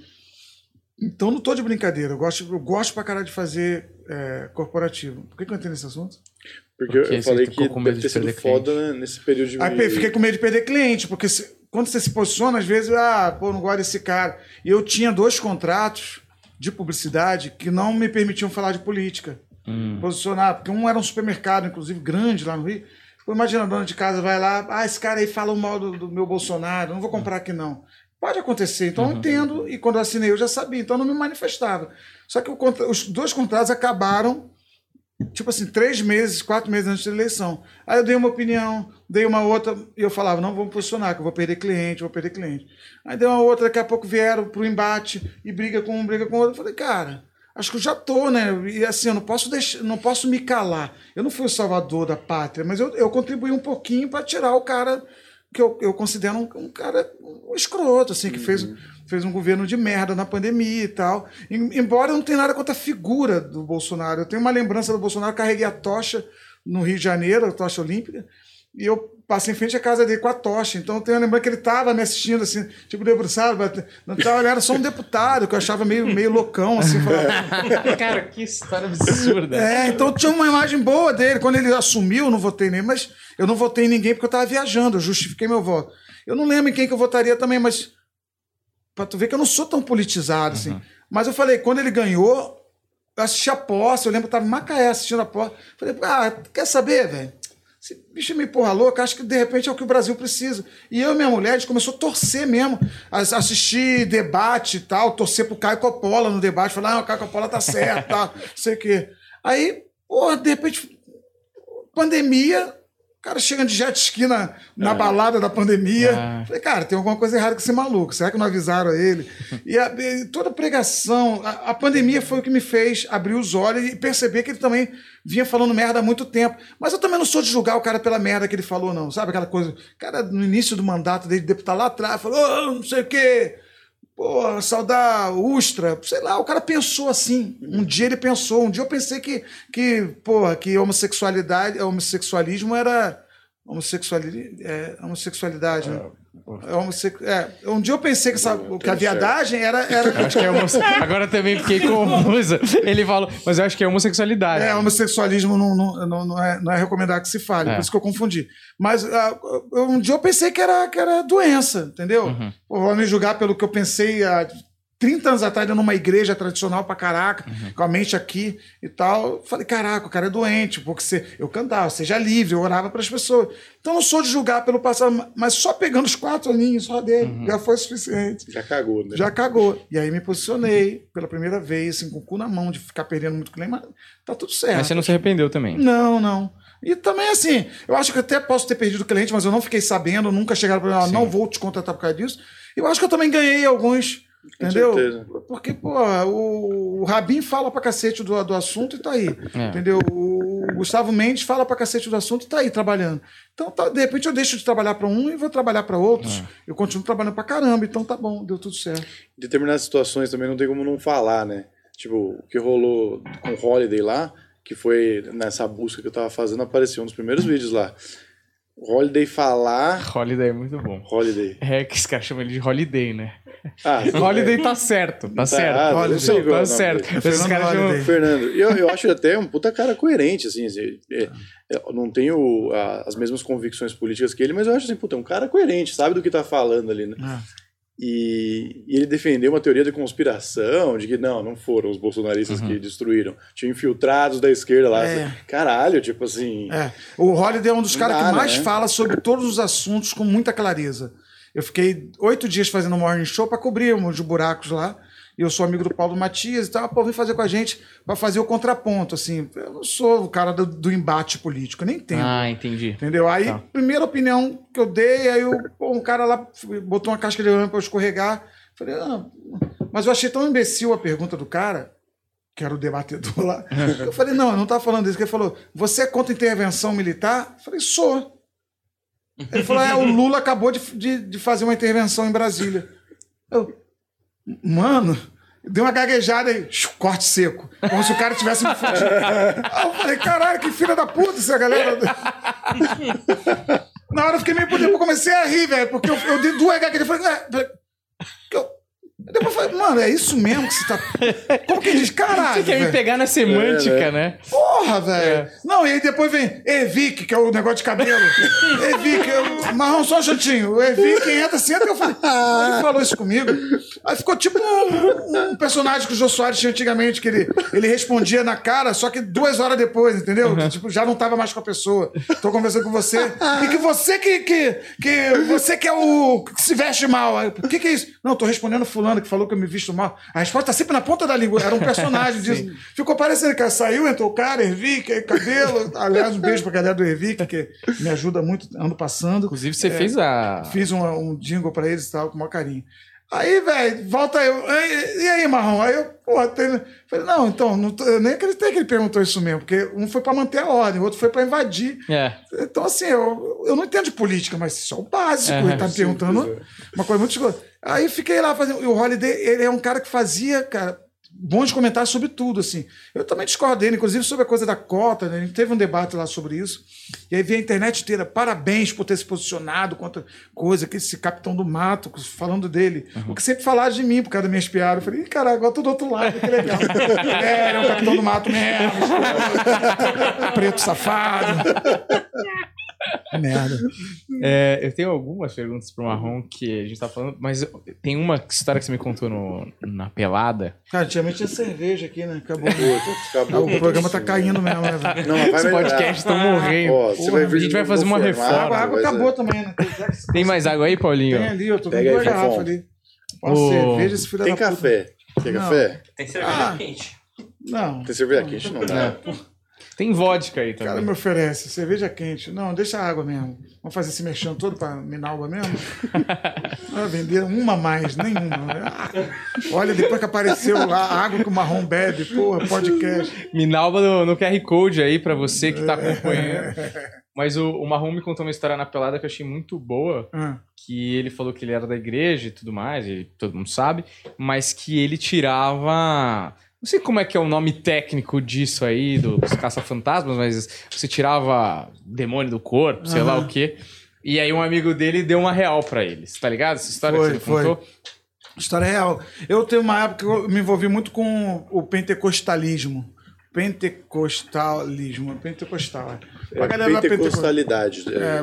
Então, não tô de brincadeira. Eu gosto, eu gosto pra caralho de fazer é, corporativo. Por que, que eu entrei nesse assunto? Porque, porque eu falei que deve ter sido foda cliente. nesse período de... Aí, fiquei com medo de perder cliente, porque se, quando você se posiciona, às vezes, ah, pô, não gosto desse cara. E eu tinha dois contratos de publicidade que não me permitiam falar de política. Hum. Posicionar, porque um era um supermercado, inclusive, grande lá no Rio. Pô, imagina, a dona de casa vai lá, ah, esse cara aí fala mal do, do meu Bolsonaro, não vou comprar aqui não. Pode acontecer, então uhum. eu entendo, e quando eu assinei eu já sabia, então eu não me manifestava. Só que o, os dois contratos acabaram, tipo assim, três meses, quatro meses antes da eleição. Aí eu dei uma opinião, dei uma outra, e eu falava, não vamos posicionar, que eu vou perder cliente, vou perder cliente. Aí dei uma outra, daqui a pouco vieram pro embate, e briga com um, briga com outro. Eu falei, cara, acho que eu já tô, né? E assim, eu não posso, deixar, não posso me calar. Eu não fui o salvador da pátria, mas eu, eu contribuí um pouquinho para tirar o cara... que eu, eu considero um, um cara um escroto, assim, que uhum. fez, fez um governo de merda na pandemia e tal. E, embora eu não tenha nada contra a figura do Bolsonaro. Eu tenho uma lembrança do Bolsonaro, carreguei a tocha no Rio de Janeiro, a tocha olímpica, e eu passei em frente à casa dele com a tocha. Então eu tenho a lembrança que ele estava me assistindo, assim, tipo, debruçado, não tava, ele era só um deputado, que eu achava meio, meio loucão, assim. Falava... Cara, que história absurda. É, então tinha uma imagem boa dele. Quando ele assumiu, eu não votei nele, mas eu não votei em ninguém porque eu estava viajando, eu justifiquei meu voto. Eu não lembro em quem que eu votaria também, mas pra tu ver que eu não sou tão politizado, assim. Uhum. Mas eu falei, quando ele ganhou, eu assisti a posse, eu lembro que eu estava em Macaé assistindo a posse. Falei, ah, quer saber, velho? Esse bicho me porra louca, acho que de repente é o que o Brasil precisa. E eu e minha mulher, a gente começou a torcer mesmo, a assistir debate e tal, torcer pro Caio Coppola no debate, falar, ah, o Caio Coppola tá certo, tá, não sei o quê. Aí, porra, de repente, pandemia, o cara chega de jet ski na, na é. balada da pandemia. É. Falei, cara, tem alguma coisa errada com esse maluco, será que não avisaram ele? E, a, e toda a pregação, a, a pandemia foi o que me fez abrir os olhos e perceber que ele também vinha falando merda há muito tempo. Mas eu também não sou de julgar o cara pela merda que ele falou, não. Sabe aquela coisa? O cara, no início do mandato dele, deputado lá atrás, falou, oh, não sei o quê. pô, saudar Ustra, sei lá, o cara pensou assim. Um dia ele pensou, um dia eu pensei que, que porra, que homossexualidade, homossexualismo era... Homossexualidade, é, homossexualidade, né? É, homosse... é, um dia eu pensei que, essa, que a viadagem era... era... Eu acho que é homosse... Agora também fiquei confusa. Ele falou, mas eu acho que é homossexualidade. É, homossexualismo não, não, não, não, é, não é recomendado que se fale, é. Por isso que eu confundi. Mas uh, um dia eu pensei que era, que era doença, entendeu? Uhum. Pô, vou me julgar pelo que eu pensei há trinta anos atrás, numa igreja tradicional pra caraca, uhum. com a mente aqui e tal. Eu falei, caraca, o cara é doente, porque você... eu cantava, seja livre, eu orava para as pessoas. Então eu não sou de julgar pelo passado, mas só pegando os quatro aninhos só dele, uhum. já foi suficiente. Já cagou, né? Já cagou. E aí me posicionei pela primeira vez, assim, com o cu na mão, de ficar perdendo muito clima, mas tá tudo certo. Mas você não se arrependeu também? Não, não. E também, assim, eu acho que até posso ter perdido o cliente, mas eu não fiquei sabendo, nunca chegaram para mim, ah, não vou te contratar por causa disso. Eu acho que eu também ganhei alguns... Com entendeu? Certeza. Porque, pô, o, o Rabin fala pra cacete do, do assunto e tá aí. É. Entendeu? O Gustavo Mendes fala pra cacete do assunto e tá aí trabalhando. Então, tá, de repente, eu deixo de trabalhar pra um e vou trabalhar pra outros. É. Eu continuo trabalhando pra caramba, então tá bom, deu tudo certo. Em determinadas situações também não tem como não falar, né? Tipo, o que rolou com o Holiday lá, que foi nessa busca que eu tava fazendo, apareceu um dos primeiros vídeos lá. Holiday falar... Holiday é muito bom. Holiday. É que os caras chamam ele de Holiday, né? Ah, Holiday é. tá certo, tá, tá certo. Ah, Holiday, tá tá certo. Esses caras chamam... Fernando. Eu, eu acho até um puta cara coerente, assim. assim é, eu não tenho a, as mesmas convicções políticas que ele, mas eu acho assim, puta, é um cara coerente, sabe do que tá falando ali, né? Ah. E, e ele defendeu uma teoria de conspiração, de que não, não foram os bolsonaristas uhum. que destruíram. Tinha infiltrados da esquerda lá. É. Assim, caralho, tipo assim... É. O Holiday é um dos caras que mais né? fala sobre todos os assuntos com muita clareza. Eu fiquei oito dias fazendo um morning show para cobrir uns buracos lá. E eu sou amigo do Paulo Matias e tal. Pô, vem fazer com a gente para fazer o contraponto, assim. Eu não sou o cara do, do embate político, eu nem entendo. Ah, entendi. Entendeu? Aí, tá. primeira opinião que eu dei, aí eu, pô, um cara lá botou uma casca de lama para eu escorregar. Falei, ah, mas eu achei tão imbecil a pergunta do cara, que era o debatedor lá. Eu falei, não, eu não estava falando isso. Ele falou, você é contra intervenção militar? Eu falei, sou. Ele falou, é, o Lula acabou de, de, de fazer uma intervenção em Brasília. Eu... Mano, deu uma gaguejada aí, corte seco. Como se o cara tivesse me fugido. Eu falei, caralho, que filha da puta essa galera. Na hora eu fiquei meio por dentro, eu comecei a rir, velho, porque eu, eu dei duas gaguejas. Eu falei, é, eu, depois eu falei, mano, é isso mesmo que você tá. Como que diz? Caralho. Você quer véio. me pegar na semântica, é, né? Porra, velho. É. Não, e aí depois vem Evic, que é o negócio de cabelo. Evic, eu... marrom só um chatinho. O Evic entra, senta, eu falei, ah, ele falou isso comigo. Aí ficou tipo um, um personagem que o Jô Soares tinha antigamente, que ele, ele respondia na cara, só que duas horas depois, entendeu? Uhum. Tipo, já não tava mais com a pessoa. Tô conversando com você. E que você que, que, que você que é o que se veste mal. O que que é isso? Não, tô respondendo fulano que falou que eu me visto mal. A resposta tá sempre na ponta da língua. Era um personagem disso. Ficou parecendo que saiu, entrou o cara, Ervic, cabelo. Aliás, um beijo pra galera do Ervic, que me ajuda muito, ando passando. Inclusive, você é, fez a... Fiz um, um jingle pra eles e tal, com o maior carinho. Aí, velho, volta eu. E aí, Marrom? Aí eu, porra, tem... falei, não, então, não tô... eu nem acreditei que ele perguntou isso mesmo, porque um foi pra manter a ordem, o outro foi pra invadir. É. Então, assim, eu, eu não entendo de política, mas isso é o básico. É, ele tá me perguntando é. uma coisa muito escura. Aí fiquei lá fazendo. E o Holiday, ele é um cara que fazia, cara, bons comentários sobre tudo, assim. Eu também discordo dele, inclusive sobre a coisa da cota, né? A gente teve um debate lá sobre isso. E aí veio a internet inteira, parabéns por ter se posicionado contra coisa, que esse capitão do mato, falando dele. Uhum. O que sempre falaram de mim por causa das minhas piadas. Eu falei, ih, caralho, agora tô do outro lado, que legal. É, ele é um capitão do mato mesmo. Preto safado. Merda. É, eu tenho algumas perguntas pro Marrom que a gente tá falando, mas tem uma história que você me contou no, na pelada. Cara, antigamente tinha cerveja aqui, né? Acabou. Acabou. O programa tá caindo mesmo, né, velho? Não, vai Os podcasts estão morrendo. Ó, você vai ver, a gente vai fazer uma reforma. A água acabou também, né? Tem mais água aí, Paulinho? Tem ali, eu tô com duas garrafas ali. Ó, cerveja, esse filho da puta. Tem café. Tem café? Tem cerveja quente. Não. Tem cerveja quente? Não dá. Tem vodka aí também. O cara me oferece cerveja quente. Não, deixa a água mesmo. Vamos fazer esse mexão todo pra Minalba mesmo? Vai vender uma mais, nenhuma. Ah, olha, depois que apareceu lá a água que o Marrom bebe, porra, podcast. Minalba no, no Q R Code aí pra você que tá acompanhando. Mas o, o Marrom me contou uma história na pelada que eu achei muito boa, Ah. que ele falou que ele era da igreja e tudo mais, e todo mundo sabe, mas que ele tirava... Não sei como é que é o nome técnico disso aí, dos caça-fantasmas, mas você tirava demônio do corpo, sei Aham. lá o quê. E aí um amigo dele deu uma real pra eles, tá ligado? Essa história Foi, que você foi. contou? História real. Eu tenho uma época que eu me envolvi muito com o pentecostalismo. Pentecostalismo. Pentecostal. É. A É, galera da pentecostalidade. É.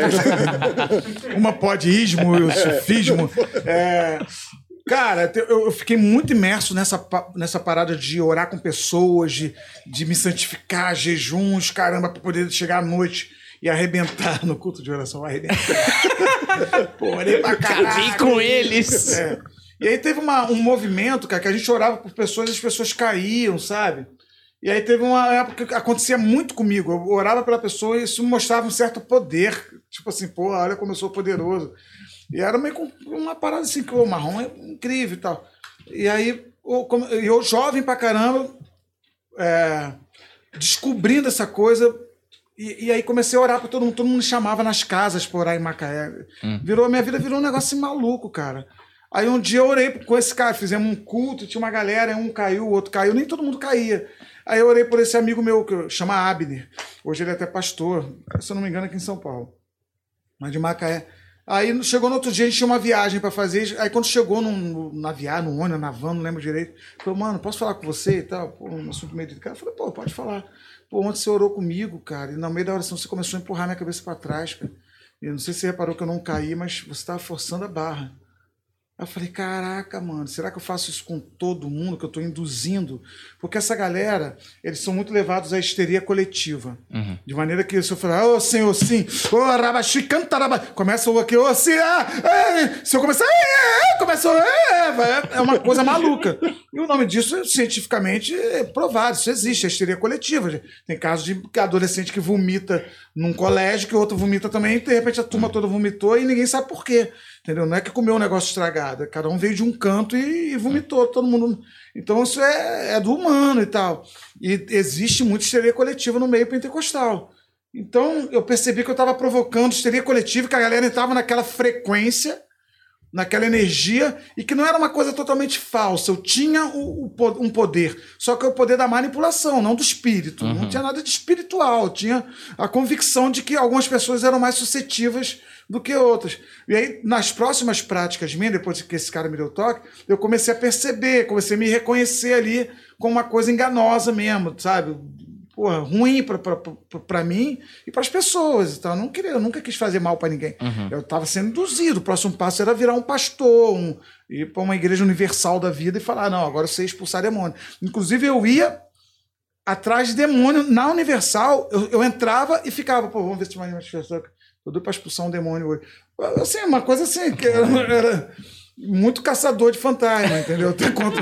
É, uma podismo, o sufismo. É, cara, eu, eu fiquei muito imerso nessa, pa- nessa parada de orar com pessoas, de, de me santificar, jejuns, caramba, pra poder chegar à noite e arrebentar no culto de oração. Arrebentar. Pô, orei pra caralho. Acabei com eles! É. E aí teve uma, um movimento, cara, que a gente orava por pessoas e as pessoas caíam, sabe? E aí teve uma época que acontecia muito comigo. Eu orava pela pessoa e isso me mostrava um certo poder. Tipo assim, pô, olha como eu sou poderoso. E era meio com uma parada assim, que o Marrom é incrível e tal. E aí, eu, como- eu jovem pra caramba, é, descobrindo essa coisa, e, e aí comecei a orar pra todo mundo. Todo mundo me chamava nas casas pra orar em Macaé. Virou, a minha vida virou um negócio assim maluco, cara. Aí um dia eu orei com esse cara, fizemos um culto, tinha uma galera, um caiu, o outro caiu, nem todo mundo caía. Aí eu orei por esse amigo meu, que chama Abner. Hoje ele é até pastor, se eu não me engano, aqui em São Paulo. Mas de Macaé. Aí chegou no outro dia, a gente tinha uma viagem pra fazer. Aí quando chegou num, no, na viagem, no ônibus, na van, não lembro direito, falou, mano, posso falar com você e tal? Pô, um assunto meio delicado. Eu falei, pô, pode falar. Pô, ontem você orou comigo, cara, e no meio da oração você começou a empurrar minha cabeça pra trás, cara. Eu não sei se você reparou que eu não caí, mas você tava forçando a barra. Aí eu falei, caraca, mano, será que eu faço isso com todo mundo, que eu tô induzindo? Porque essa galera, eles são muito levados à histeria coletiva. Uhum. De maneira que se eu falar, ô senhor, sim, ô rabaxi, canta, rabaxi, começa o aqui, ô sim, ah, é, se eu começar, é, é, começa, é, é uma coisa maluca. E o nome disso é cientificamente é provado, isso existe, a histeria coletiva. Tem casos de adolescente que vomita num colégio, que o outro vomita também, e de repente a turma toda vomitou e ninguém sabe por quê. Entendeu? Não é que comeu um negócio estragado, cada um veio de um canto e, e vomitou, todo mundo. Então isso é, é do humano e tal. E existe muita histeria coletiva no meio pentecostal. Então eu percebi que eu estava provocando histeria coletiva, que a galera estava naquela frequência, naquela energia, e que não era uma coisa totalmente falsa. Eu tinha o, o, po- um poder, só que é o poder da manipulação, não do espírito. Uhum. Não tinha nada de espiritual, eu tinha a convicção de que algumas pessoas eram mais suscetíveis do que outras. E aí, nas próximas práticas minhas, depois que esse cara me deu toque, eu comecei a perceber, comecei a me reconhecer ali como uma coisa enganosa mesmo, sabe? Porra, ruim pra, pra, pra, pra mim e pras pessoas. Então, eu, não queria, eu nunca quis fazer mal pra ninguém. Uhum. Eu tava sendo induzido. O próximo passo era virar um pastor, um, ir pra uma igreja universal da vida e falar, não, agora eu sei expulsar demônio. Inclusive, eu ia atrás de demônio na Universal, eu, eu entrava e ficava, pô, vamos ver se tem uma manifestação. Eu dou pra expulsar um demônio hoje. Assim, uma coisa assim, que era, era muito caçador de fantasma, entendeu? Até conto,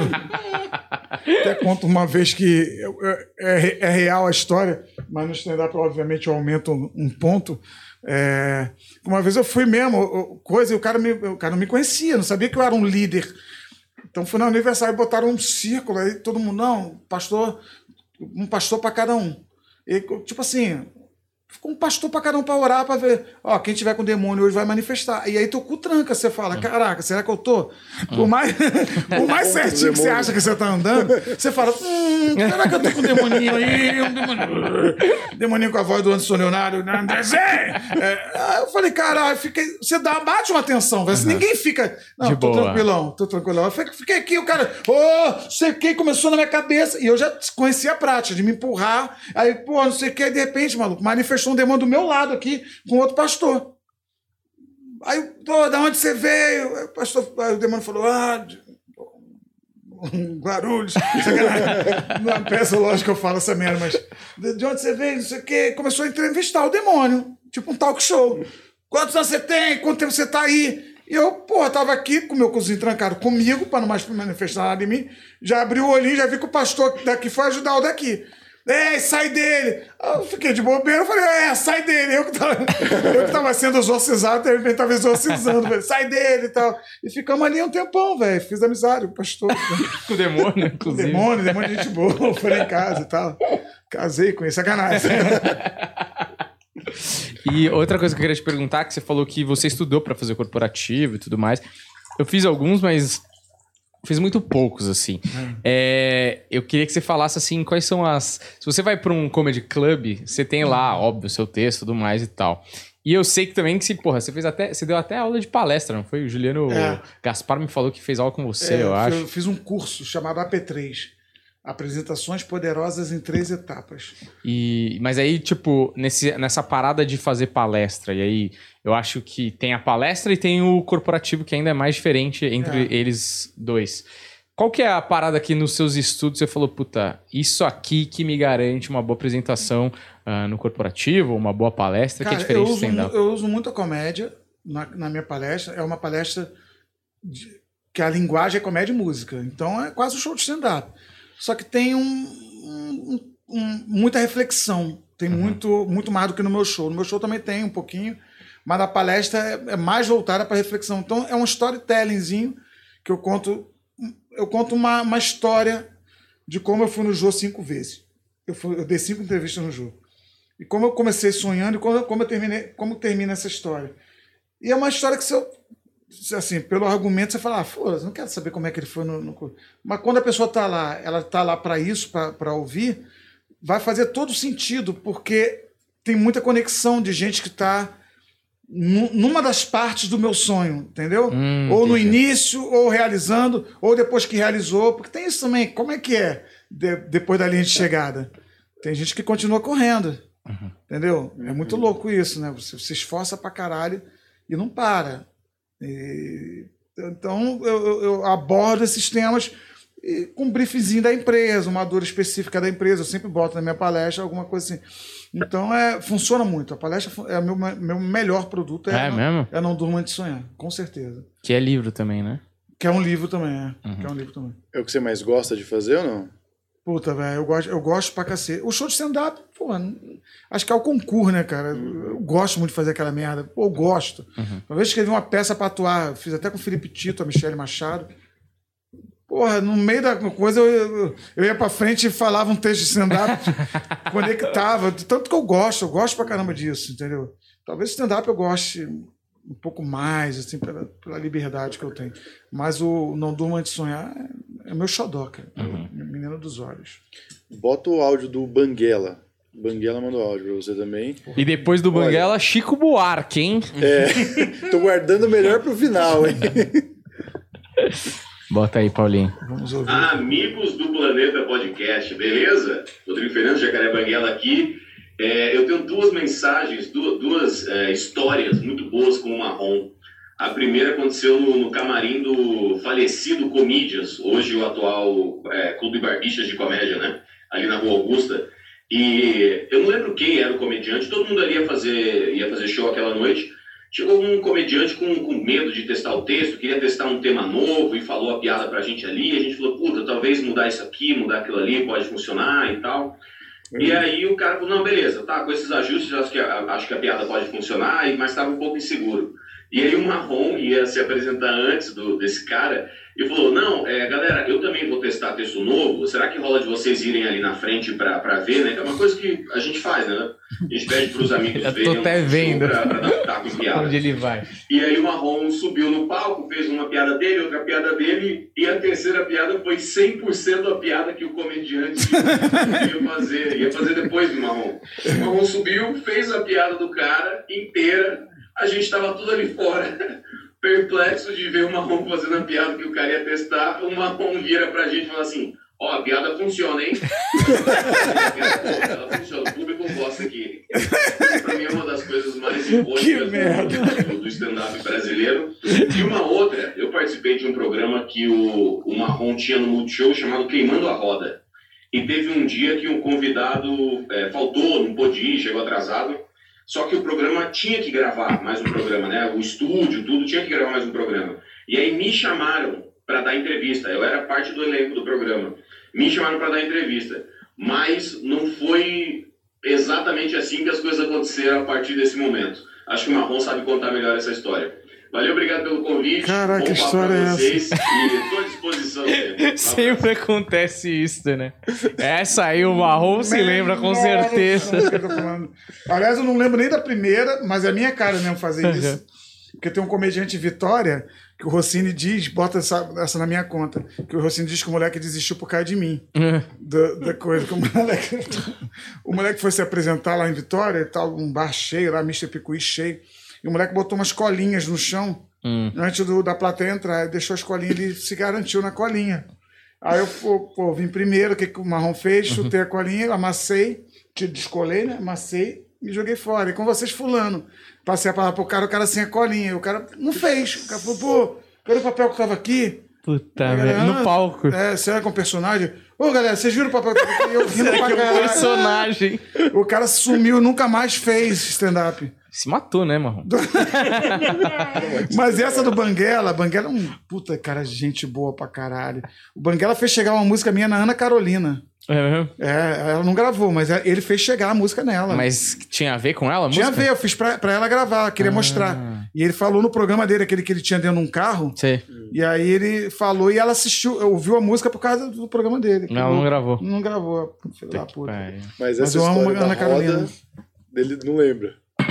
até conto uma vez que é, é real a história, mas no stand-up, obviamente, eu aumento um, um ponto. É, uma vez eu fui mesmo, coisa, e o cara, me, o cara não me conhecia, não sabia que eu era um líder. Então fui na Universal e botaram um círculo, aí todo mundo, não, pastor, um pastor para cada um. E, tipo assim, ficou um pastor para cada um para orar, para ver, ó, quem tiver com demônio hoje vai manifestar. E aí teu cu tranca, você fala, caraca, será que eu tô? Por mais, por mais certinho que você acha que você tá andando, você fala, hum, será que eu tô com um demoninho aí? Um demoninho, demoninho com a voz do Anderson Leonardo, é, aí eu falei, caralho, fiquei, você dá, bate uma atenção, velho, uhum. Ninguém fica, não, de tô boa. tranquilão, tô tranquilão. Eu fiquei aqui, o cara, ô, oh, sei o que, começou na minha cabeça, e eu já conhecia a prática de me empurrar, aí, pô, não sei o que, aí de repente, maluco, manifestou um demônio do meu lado aqui com outro pastor. Aí, pô, da onde você veio? Aí o, pastor, aí o demônio falou, ah, de, Guarulhos. Na peça, lógico que eu falo essa merda, mas de, de onde você veio? Não sei o quê. Começou a entrevistar o demônio, tipo um talk show. Quantos anos você tem? Quanto tempo você tá aí? E eu, pô, tava aqui com o meu cozinho trancado comigo, para não mais manifestar nada em mim. Já abri o olhinho, já vi que o pastor daqui foi ajudar o daqui. É, sai dele. Eu fiquei de bobeira, eu falei, é, sai dele. Eu que tava, eu que tava sendo exorcizado, de repente tava exorcizando, falei, sai dele e tal. E ficamos ali um tempão, velho. Fiz amizade com o pastor. Com o demônio, inclusive. Com o demônio, demônio de gente boa. Falei em casa e tal. Casei com ele, sacanagem. E outra coisa que eu queria te perguntar, que você falou que você estudou pra fazer corporativo e tudo mais. Eu fiz alguns, mas fiz muito poucos, assim. Hum. É, eu queria que você falasse, assim, quais são as... Se você vai pra um comedy club, você tem lá, óbvio, o seu texto e tudo mais e tal. E eu sei que também que, se, porra, você fez até... Você deu até aula de palestra, não foi? O Juliano é. Gaspar me falou que fez aula com você, é, eu acho. Eu fiz um curso chamado A P três. Apresentações Poderosas em Três Etapas. E, mas aí, tipo, nesse, nessa parada de fazer palestra, e aí eu acho que tem a palestra e tem o corporativo, que ainda é mais diferente entre é. eles dois. Qual que é a parada que nos seus estudos você falou, puta, isso aqui que me garante uma boa apresentação uh, no corporativo, uma boa palestra, Cara, que é diferente do stand-up? Eu uso muito a comédia na, na minha palestra. É uma palestra de, que a linguagem é comédia e música. Então é quase um show de stand-up. Só que tem um, um, um, muita reflexão. Tem uhum. muito, muito mais do que no meu show. No meu show também tem um pouquinho, mas a palestra é, é mais voltada para reflexão. Então é um storytellingzinho que eu conto. Eu conto uma, uma história de como eu fui no Jô cinco vezes. Eu, fui, eu dei cinco entrevistas no Jô. E como eu comecei sonhando e como, como eu terminei, como termina essa história. E é uma história que se eu... Assim, pelo argumento, você fala, ah, foda-se, não quero saber como é que ele foi no, no... Mas quando a pessoa está lá, ela está lá para isso, para ouvir, vai fazer todo sentido, porque tem muita conexão de gente que está numa das partes do meu sonho, entendeu? Hum, ou no entendi. Início, ou realizando, ou depois que realizou, porque tem isso também. Como é que é de, depois da linha de chegada? Tem gente que continua correndo, uhum. entendeu? É muito louco isso, né? Você se esforça pra caralho e não para. E, então eu, eu abordo esses temas com um briefzinho da empresa, uma dor específica da empresa. Eu sempre boto na minha palestra alguma coisa assim. Então é, funciona muito. A palestra é o meu, meu melhor produto. É, é não, mesmo? É Não Durma Antes de Sonhar, com certeza. Que é livro também, né? Que é um livro também, é. Uhum. Que é um livro também. É o que você mais gosta de fazer ou não? Puta, velho, eu gosto, eu gosto pra cacete. O show de stand-up, pô, acho que é o concurso, né, cara? Uhum. Eu gosto muito de fazer aquela merda. Pô, eu gosto. Uhum. Uma vez escrevi uma peça pra atuar, fiz até com o Felipe Tito, a Michele Machado. Porra, no meio da coisa eu, eu, eu ia pra frente e falava um texto de stand-up, conectava. Tanto que eu gosto, eu gosto pra caramba disso, entendeu? Talvez stand-up eu goste um pouco mais, assim, pela, pela liberdade que eu tenho. Mas o Não Durma Antes de Sonhar é, é meu xodó, cara. Uhum. Menino dos olhos. Bota o áudio do Banguela. Banguela mandou áudio pra você também. E depois do Banguela, Olha, Chico Buarque, hein? É, tô guardando o melhor pro final, hein? Bota aí, Paulinho. Vamos ouvir. Amigos do Planeta Podcast, beleza? Rodrigo Fernando, Jacaré Banguela aqui. É, eu tenho duas mensagens, duas, duas é, histórias muito boas com o Marrom. A primeira aconteceu no, no camarim do falecido Comedians, hoje o atual é, Clube Barbixas de Comédia, né? Ali na Rua Augusta. E eu não lembro quem era o comediante, todo mundo ali ia fazer, ia fazer show aquela noite. Chegou um comediante com, com medo de testar o texto, queria testar um tema novo e falou a piada pra gente ali. A gente falou, puta, talvez mudar isso aqui, mudar aquilo ali, pode funcionar e tal. Uhum. E aí o cara falou, não, beleza, tá, com esses ajustes acho que a, acho que a piada pode funcionar, mas estava um pouco inseguro. E aí o Marrom ia se apresentar antes do, desse cara e falou, não, é, galera, eu também vou testar texto novo, será que rola de vocês irem ali na frente pra, pra ver, né? Que é uma coisa que a gente faz, né? A gente pede pros amigos verem um até vendo pra, pra adaptar com piada. Onde ele vai. E aí o Marrom subiu no palco, fez uma piada dele, outra piada dele, e a terceira piada foi cem por cento a piada que o comediante ia fazer, ia fazer depois do Marrom. O Marrom subiu, fez a piada do cara inteira, a gente tava tudo ali fora, perplexo de ver o Marrom fazendo a piada que o cara ia testar. O Marrom vira pra gente e fala assim, ó, oh, a piada funciona, hein? A piada, ela funciona, o público gosta aqui. Isso pra mim é uma das coisas mais icônicas do, do stand-up brasileiro. E uma outra, eu participei de um programa que o, o Marrom tinha no Multishow chamado Queimando a Roda. E teve um dia que um convidado é, faltou, não pôde ir, chegou atrasado. Só que o programa tinha que gravar mais um programa, né? O estúdio, tudo, tinha que gravar mais um programa. E aí me chamaram para dar entrevista. Eu era parte do elenco do programa. Me chamaram para dar entrevista. Mas não foi exatamente assim que as coisas aconteceram a partir desse momento. Acho que o Marrom sabe contar melhor essa história. Valeu, obrigado pelo convite. Caraca, que história é essa? E estou à disposição seus tempos. Sempre acontece isso, né? Essa aí, o Marrom se lembra com certeza. Aliás, eu não lembro nem da primeira, mas é a minha cara mesmo fazer isso. Porque tem um comediante Vitória que o Rossini diz, bota essa, essa na minha conta, que o Rossini diz que o moleque desistiu por causa de mim. da, da coisa. Que o, moleque, o moleque foi se apresentar lá em Vitória, e tal, um bar cheio, lá, mister Picuí cheio, e o moleque botou umas colinhas no chão hum. antes do, da plateia entrar, deixou as colinhas, ele se garantiu na colinha. Aí eu pô, pô, vim primeiro, o que, que o Marrom fez? Chutei a colinha, amassei, te descolei, né? Amassei e joguei fora. E com vocês, fulano. Passei a palavra pro cara, o cara sem a colinha. E o cara não fez. O cara falou, pô, cadê o papel que tava aqui? Puta merda, no palco. É, você era com o personagem. Ô, galera, vocês viram o papel que tava aqui? Eu rindo pra caralho. Personagem. O cara sumiu, nunca mais fez stand-up. Se matou, né, Marrom? Mas essa do Banguela, Banguela é um puta cara de gente boa pra caralho. O Banguela fez chegar uma música minha na Ana Carolina. É mesmo? É, ela não gravou, mas ele fez chegar a música nela. Mas tinha a ver com ela a tinha música? Tinha a ver, eu fiz pra, pra ela gravar, queria ah. mostrar. E ele falou no programa dele, aquele que ele tinha dentro de um carro. Sim. E aí ele falou e ela assistiu, ouviu a música por causa do programa dele. Não, não gravou. Não gravou, filho da puta. Mas essa mas história da Ana Carolina dele não lembra.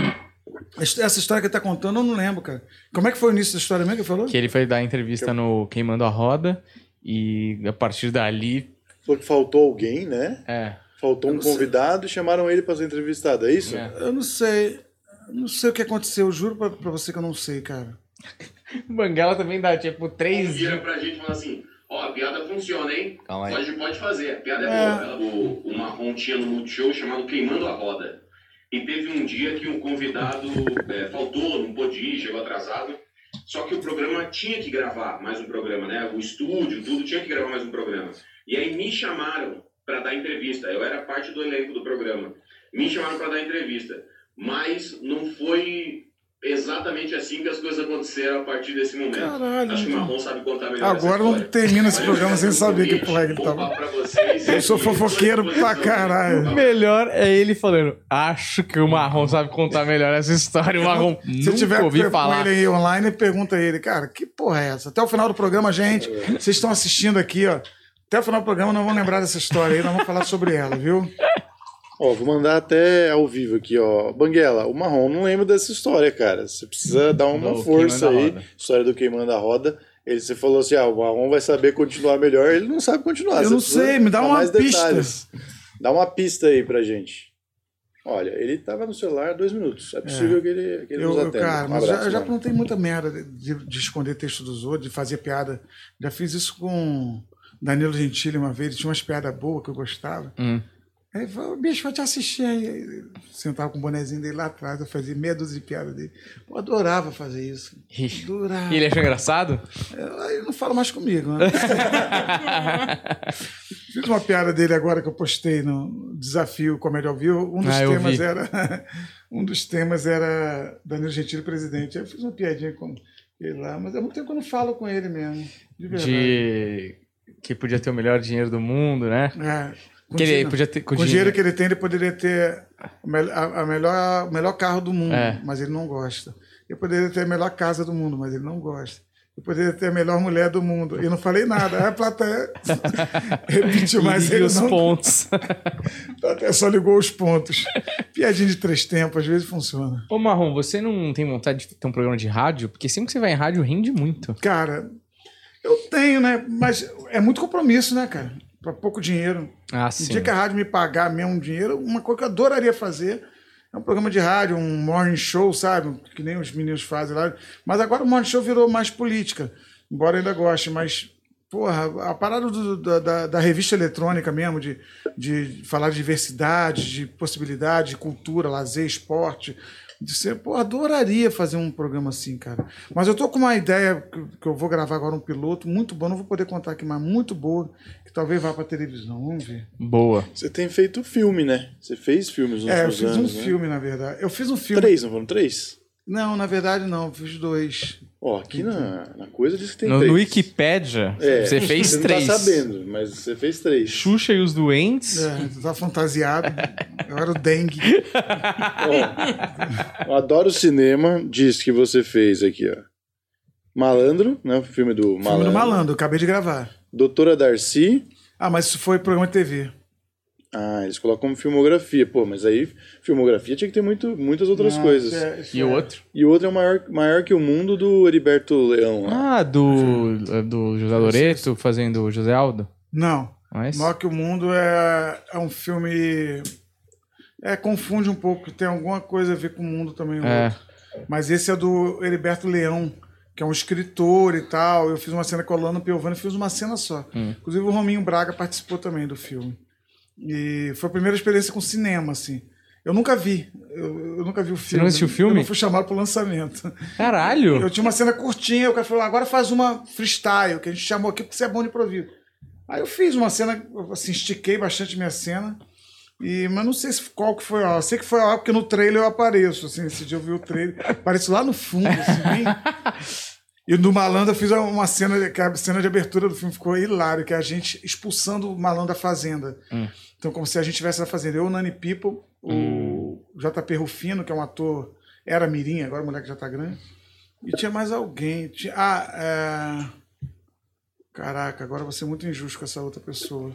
Essa história que ele tá contando, eu não lembro, cara. Como é que foi o início da história mesmo que ele falou? Que ele foi dar entrevista eu... no Queimando a Roda e a partir dali... Falou que faltou alguém, né? É. Faltou um convidado e chamaram ele pra ser entrevistado, é isso? É. Eu não sei. Eu não sei o que aconteceu, eu juro pra, pra você que eu não sei, cara. O Banguela também dá, tipo, três... Vira pra gente e fala assim, ó, a piada funciona, hein? Calma aí. Pode, pode fazer, a piada é, é. boa. O, o Marrom tinha no Multishow chamado Queimando a Roda. E teve um dia que um convidado é, faltou, não pôde ir, chegou atrasado. Só que o programa tinha que gravar mais um programa, né? O estúdio, tudo tinha que gravar mais um programa. E aí me chamaram para dar entrevista. Eu era parte do elenco do programa. Me chamaram para dar entrevista. Mas não foi exatamente assim que as coisas aconteceram a partir desse momento. Caralho. Acho que o Marrom sabe contar melhor. Agora não termina esse programa sem saber que porra ele tava. Eu sou fofoqueiro pra caralho. O melhor é ele falando, acho que o Marrom sabe contar melhor essa história. O Marrom Se nunca tiver ouvi com falar. ele aí online, pergunta a ele, cara, que porra é essa? Até o final do programa, gente, vocês estão assistindo aqui, ó. Até o final do programa não vão lembrar dessa história aí, nós vamos falar sobre ela, viu? Ó, vou mandar até ao vivo aqui, ó. Banguela, o Marrom não lembra dessa história, cara. Você precisa dar uma do força aí. História do Queimando a Roda. Ele, você falou assim, ah, o Marrom vai saber continuar melhor. Ele não sabe continuar. Eu você não sei, me dá uma mais pista. Detalhes. Dá uma pista aí pra gente. Olha, ele tava no celular há dois minutos. É possível é. que ele, que ele eu, nos atenda. Cara, um mas abraço, já, já aprontei muita merda de, de esconder texto dos outros, de fazer piada. Já fiz isso com Danilo Gentili uma vez. Ele tinha umas piadas boas que eu gostava. Hum. Aí ele falou, bicho, vou te assistir aí. Sentava com o bonezinho dele lá atrás, eu fazia meia dúzia de piada dele. Eu adorava fazer isso. Adorava. E ele achou engraçado? Ele não fala mais comigo, né? Fiz uma piada dele agora que eu postei no Desafio Comédia ao Vivo. Um dos ah, temas era. um dos temas era Danilo Gentili presidente. Aí eu fiz uma piadinha com ele lá, mas há muito tempo que eu não falo com ele mesmo. De verdade. De que podia ter o melhor dinheiro do mundo, né? É. Com, que ele dinheiro, podia ter, com, com o dinheiro que ele tem, ele poderia ter a, a melhor, o melhor carro do mundo, é. mas ele não gosta. Ele poderia ter a melhor casa do mundo, mas ele não gosta. Ele poderia ter a melhor mulher do mundo. E não falei nada. Aí a plateia repetiu mais ele os não... pontos. A plateia só ligou os pontos. Piadinha de três tempos, às vezes funciona. Ô Marrom, você não tem vontade de ter um programa de rádio? Porque sempre que você vai em rádio, rende muito. Cara, eu tenho, né? Mas é muito compromisso, né, cara? Para pouco dinheiro. Ah, um sim. dia que a rádio me pagar mesmo dinheiro, uma coisa que eu adoraria fazer é um programa de rádio, um morning show, sabe? Que nem os meninos fazem lá. Mas agora o morning show virou mais política, embora eu ainda goste. Mas, porra, a parada do, da, da, da revista eletrônica mesmo, de, de falar de diversidade, de possibilidade, de cultura, lazer, esporte... De ser, pô, adoraria fazer um programa assim, cara. Mas eu tô com uma ideia que, que eu vou gravar agora um piloto muito bom, não vou poder contar aqui, mas muito boa, que talvez vá pra televisão. Vamos ver. Boa. Você tem feito filme, né? Você fez filmes nos É, eu últimos fiz anos, um né? filme, na verdade. Eu fiz um filme. Três, não foram três? Não, na verdade não, eu fiz dois. Ó, aqui na, na coisa diz que tem no, três. No Wikipédia, é, você fez você três. Você não tá sabendo, mas você fez três. Xuxa e os Doentes. É, tu tá fantasiado. Eu era o dengue. Ó, eu adoro cinema, diz que você fez aqui, ó. Malandro, né? O filme do Malandro. Filme do Malandro, eu acabei de gravar. Doutora Darcy. Ah, mas isso foi programa de T V. Ah, eles colocam como filmografia. Pô, mas aí filmografia tinha que ter muito, muitas outras Não, coisas. isso é- isso E é- o outro? E o outro é o maior, maior que o mundo do Heriberto Leão. lá. Ah, do, do José Loreto fazendo o José Aldo? Não. Mas... Maior que o Mundo é, é um filme... É, confunde um pouco, tem alguma coisa a ver com o mundo também. o É. outro. Mas esse é do Heriberto Leão, que é um escritor e tal. Eu fiz uma cena com a Lana Piovani, fiz uma cena só. Hum. Inclusive o Rominho Braga participou também do filme. E foi a primeira experiência com cinema, assim. Eu nunca vi. Eu, eu nunca vi o filme. não assistiu o filme? Eu não fui chamado pro lançamento. Caralho! Eu tinha uma cena curtinha, o cara falou, agora faz uma freestyle, que a gente chamou aqui porque você é bom de improviso. Aí eu fiz uma cena, assim, estiquei bastante minha cena, e, mas não sei se, qual que foi a hora. Eu sei que foi a hora porque no trailer eu apareço, assim, esse dia eu vi o trailer, apareço lá no fundo, assim, bem... E no Malandro eu fiz uma cena, que a cena de abertura do filme ficou hilário, que é a gente expulsando o Malandro da fazenda. Hum. Então, como se a gente estivesse na fazenda. Eu, o Nani People, o Hum. J P Rufino, que é um ator, era mirim, agora o moleque já tá grande. E tinha mais alguém. Tinha, ah, é... Caraca, agora eu vou ser muito injusto com essa outra pessoa.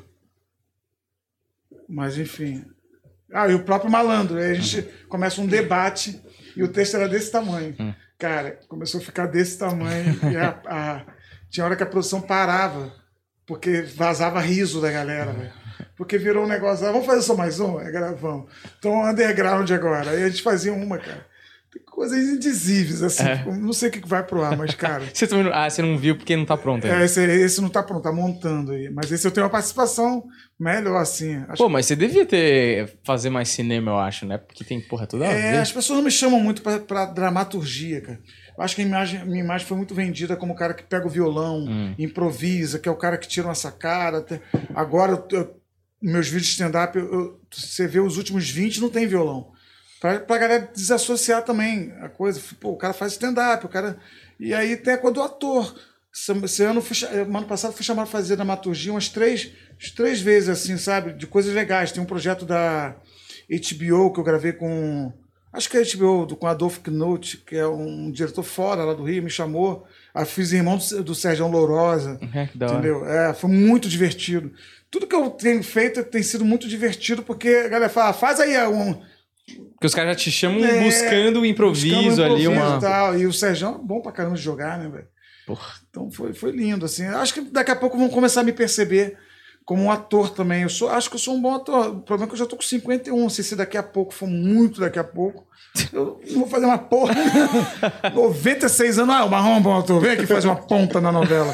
Mas, enfim. Ah, e o próprio Malandro. Aí a gente começa um debate e o texto era desse tamanho. Hum. Cara, começou a ficar desse tamanho. E a, a... Tinha hora que a produção parava, porque vazava riso da galera, velho. Porque virou um negócio, ah, vamos fazer só mais um? É, gravamos. Então, underground agora. Aí a gente fazia uma, cara. Tem coisas indizíveis, assim. É. Não sei o que vai pro ar, mas, cara... Você também não... Ah, você não viu porque não tá pronto ainda. É, esse, esse não tá pronto, tá montando aí. Mas esse eu tenho uma participação melhor, assim. Acho Pô, mas você devia ter... Fazer mais cinema, eu acho, né? Porque tem, porra, tudo a É, ver. as pessoas não me chamam muito pra, pra dramaturgia, cara. Eu acho que a imagem, minha imagem foi muito vendida como o cara que pega o violão, Hum. improvisa, que é o cara que tira uma sacada. Até... Agora, eu, eu, meus vídeos de stand-up, eu- eu- você vê os últimos vinte, não tem violão. Pra, pra galera desassociar também a coisa. Pô, o cara faz stand-up, o cara... E aí tem a coisa do ator. Esse, esse ano, fui, cha- ano passado, fui chamado a fazer dramaturgia umas três, umas três vezes, assim, sabe? De coisas legais. Tem um projeto da H B O que eu gravei com... Acho que é H B O, do- com Adolfo Knut, que é um diretor fora lá do Rio, me chamou. Aí fiz Irmão do, do Sérgio Lourosa. É, que da hora. Entendeu? É, foi muito divertido. Tudo que eu tenho feito tem sido muito divertido, porque a galera fala, ah, faz aí um... Porque os caras já te chamam É, buscando o improviso, buscando um ali, improviso uma... E, tal. E o Sérgio é bom pra caramba de jogar, né, velho? Porra. Então foi, foi lindo, assim. Acho que daqui a pouco vão começar a me perceber como um ator também. Eu sou, acho que eu sou um bom ator. O problema é que eu já tô com cinquenta e um. Se esse daqui a pouco for muito daqui a pouco, eu não vou fazer uma porra. noventa e seis anos, ah, o Marrom é um bom ator. Vem aqui fazer uma ponta na novela.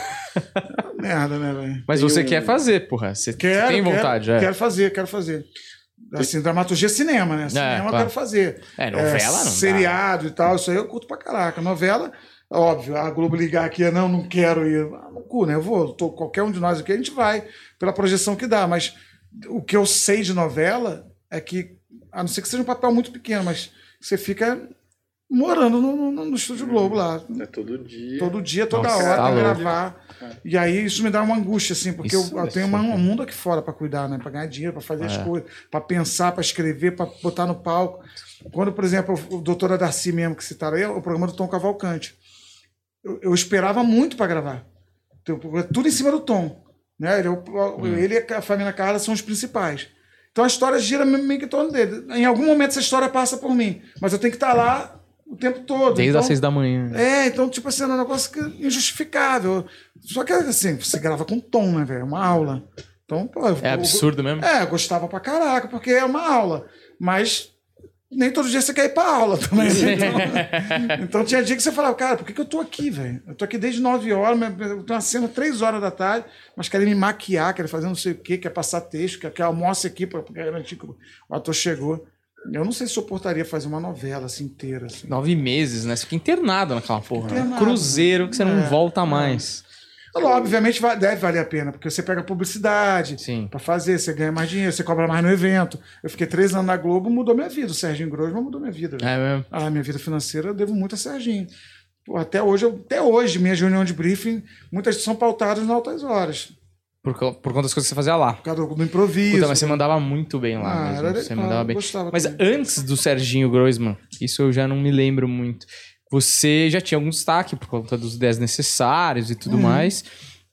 É merda, né, velho? Mas Tem você um- quer fazer, porra. Você Quero, tem vontade, quero, é. Quero fazer, quero fazer. Assim, dramaturgia é cinema, né? Cinema eu claro. quero fazer. É, novela não dá. Seriado e tal, isso aí eu curto pra caraca. Novela, óbvio, a Globo ligar aqui, não, não quero ir. Ah, no cu, né? Eu vou, tô, qualquer um de nós aqui, a gente vai, pela projeção que dá. Mas o que eu sei de novela é que, a não ser que seja um papel muito pequeno, mas você fica morando no, no, no Estúdio Globo lá. É todo dia. Todo dia, toda Nossa, hora, tá tem que louco. gravar. E aí isso me dá uma angústia, assim, porque Isso eu, eu é tenho uma- super. um mundo aqui fora para cuidar, né? Para ganhar dinheiro, para fazer as É. coisas, para pensar, para escrever, para botar no palco. Quando, por exemplo, o Doutora Darcy mesmo que citaram aí, é o programa do Tom Cavalcante. Eu, eu esperava muito para gravar. Então, tudo em cima do Tom. Né? Ele, é o- Hum. ele e a família Carla são os principais. Então a história gira meio que em torno dele. Em algum momento essa história passa por mim, mas eu tenho que estar lá o tempo todo. Desde então, as seis da manhã. é, então, tipo assim, é um negócio que é injustificável. Só que, assim, você grava com tom, né, velho? É uma aula. Então, pô, eu- É absurdo mesmo? É, eu gostava pra caraca, porque é uma aula. Mas nem todo dia você quer ir pra aula também. né? Então, então tinha dia que você falava, cara, por que, que eu tô aqui, velho? Eu tô aqui desde nove horas, mas eu tenho uma cena três horas da tarde, mas querem me maquiar, querem fazer não sei o quê, quer passar texto, quer que almoce aqui pra pra garantir que o ator chegou. Eu não sei se suportaria fazer uma novela assim inteira. Assim. Nove meses, né? Você fica internado naquela porra. né? Internado. Cruzeiro que você não É, volta é. mais. Obviamente va- deve valer a pena, porque você pega publicidade Sim. pra fazer, você ganha mais dinheiro, você cobra mais no evento. Eu fiquei três anos na Globo, mudou minha vida. O Serginho Grosman mudou minha vida. velho. É mesmo. Ah, minha vida financeira eu devo muito a Serginho. Pô, até hoje, eu- até hoje, minhas reuniões de briefing, muitas são pautadas nas altas horas. Por, co- por conta das coisas que você fazia lá. Por causa do, do improviso. Puta, mas você mandava muito bem lá Ah, mesmo. era Você legal, mandava eu bem. gostava Mas também. antes do Serginho Groisman, isso eu já não me lembro muito. Você já tinha algum destaque por conta dos Desnecessários e tudo Uhum. mais.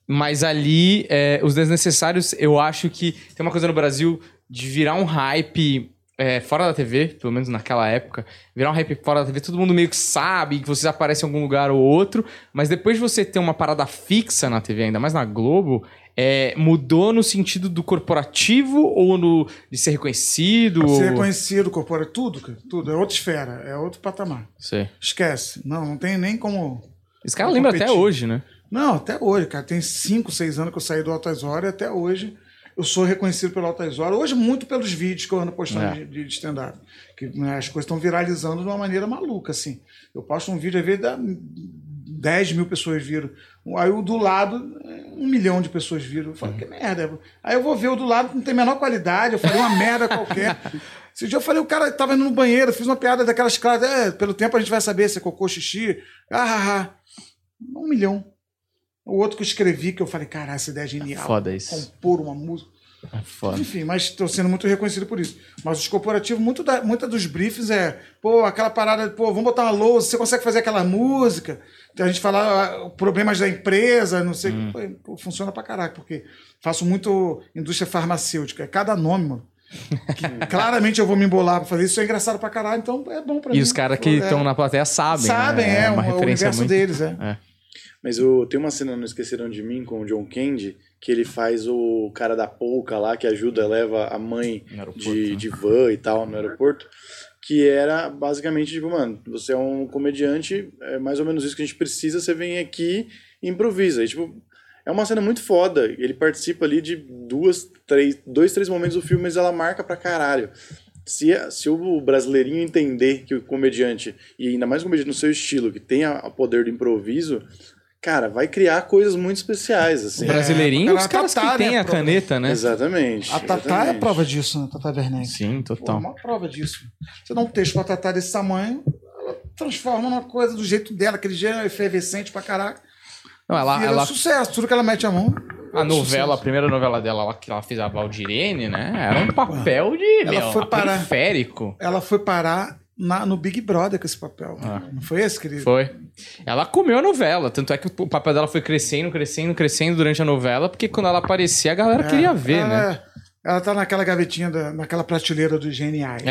Mas ali, é, os desnecessários, eu acho que tem uma coisa no Brasil de virar um hype é, fora da T V, pelo menos naquela época, virar um hype fora da T V, todo mundo meio que sabe que vocês aparecem em algum lugar ou outro, mas depois de você ter uma parada fixa na T V, ainda mais na Globo, é, mudou no sentido do corporativo ou no, de ser reconhecido? Ser ou... reconhecido, corporativo, tudo, cara, tudo. É outra esfera, é outro patamar. Sei. Esquece. Não, não tem nem como... Esse cara lembra até hoje, né? Não, até hoje, cara. Tem cinco, seis anos que eu saí do Altas Horas e até hoje eu sou reconhecido pelo Altas Horas. Hoje muito pelos vídeos que eu ando postando É. de, de stand-up. Que né, as coisas estão viralizando de uma maneira maluca, assim. Eu posto um vídeo, às vezes dá dez mil pessoas viram. Aí o do lado, um milhão de pessoas viram. Eu falo, que merda. Aí eu vou ver o do lado, não tem a menor qualidade. Eu falei uma merda qualquer. Esse dia eu falei, o cara tava indo no banheiro, fiz uma piada daquelas claras. É, pelo tempo a gente vai saber se é cocô, xixi. Ah, ah, ah. Um milhão. O outro que eu escrevi, que eu falei, caralho, essa ideia é genial. Foda isso. Compor uma música. É foda. Enfim, mas estou sendo muito reconhecido por isso. Mas os corporativos, muito da, muita dos briefings é, pô, aquela parada, pô, vamos botar uma lousa, você consegue fazer aquela música? Então a gente fala ah, problemas da empresa, não sei, hum. pô, funciona pra caraca, porque faço muito indústria farmacêutica, é cada nome, mano. Que claramente eu vou me embolar pra fazer isso, é engraçado pra caralho, então é bom pra e mim. E os caras que estão é, na plateia sabem. Sabem, né? é, é uma um, referência o universo muito... deles, é. é. Mas o, tem uma cena no Esqueceram de Mim com o John Candy, que ele faz o cara da polca lá, que ajuda, leva a mãe de, né? de van e tal no aeroporto, que era basicamente tipo, mano, você é um comediante, é mais ou menos isso que a gente precisa, você vem aqui e improvisa. E, tipo, é uma cena muito foda. Ele participa ali de duas, três, dois, três momentos do filme, mas ela marca pra caralho. Se, se o brasileirinho entender que o comediante, e ainda mais o comediante no seu estilo, que tem o poder do improviso, cara, vai criar coisas muito especiais, assim. O brasileirinho, é, os caras que tem a caneta, né? Exatamente. A Tatá exatamente. é prova disso, né? Tatá Werneck. Sim, total. É uma prova disso. Você dá um texto pra Tatá desse tamanho, ela transforma numa coisa do jeito dela, aquele jeito efervescente pra caraca. Não, ela, vira ela... sucesso, tudo que ela mete a mão. A novela, sucesso. A primeira novela dela, lá, que ela fez a Valdirene, né? Era um papel de ela meu, foi parar, periférico. Ela foi parar na, no Big Brother com esse papel. Ah. Não foi esse, querido? Foi. Ela comeu a novela. Tanto é que o papel dela foi crescendo, crescendo, crescendo durante a novela, porque quando ela aparecia, a galera é, queria ver, ela, né? Ela tá naquela gavetinha, da, naquela prateleira dos geniais.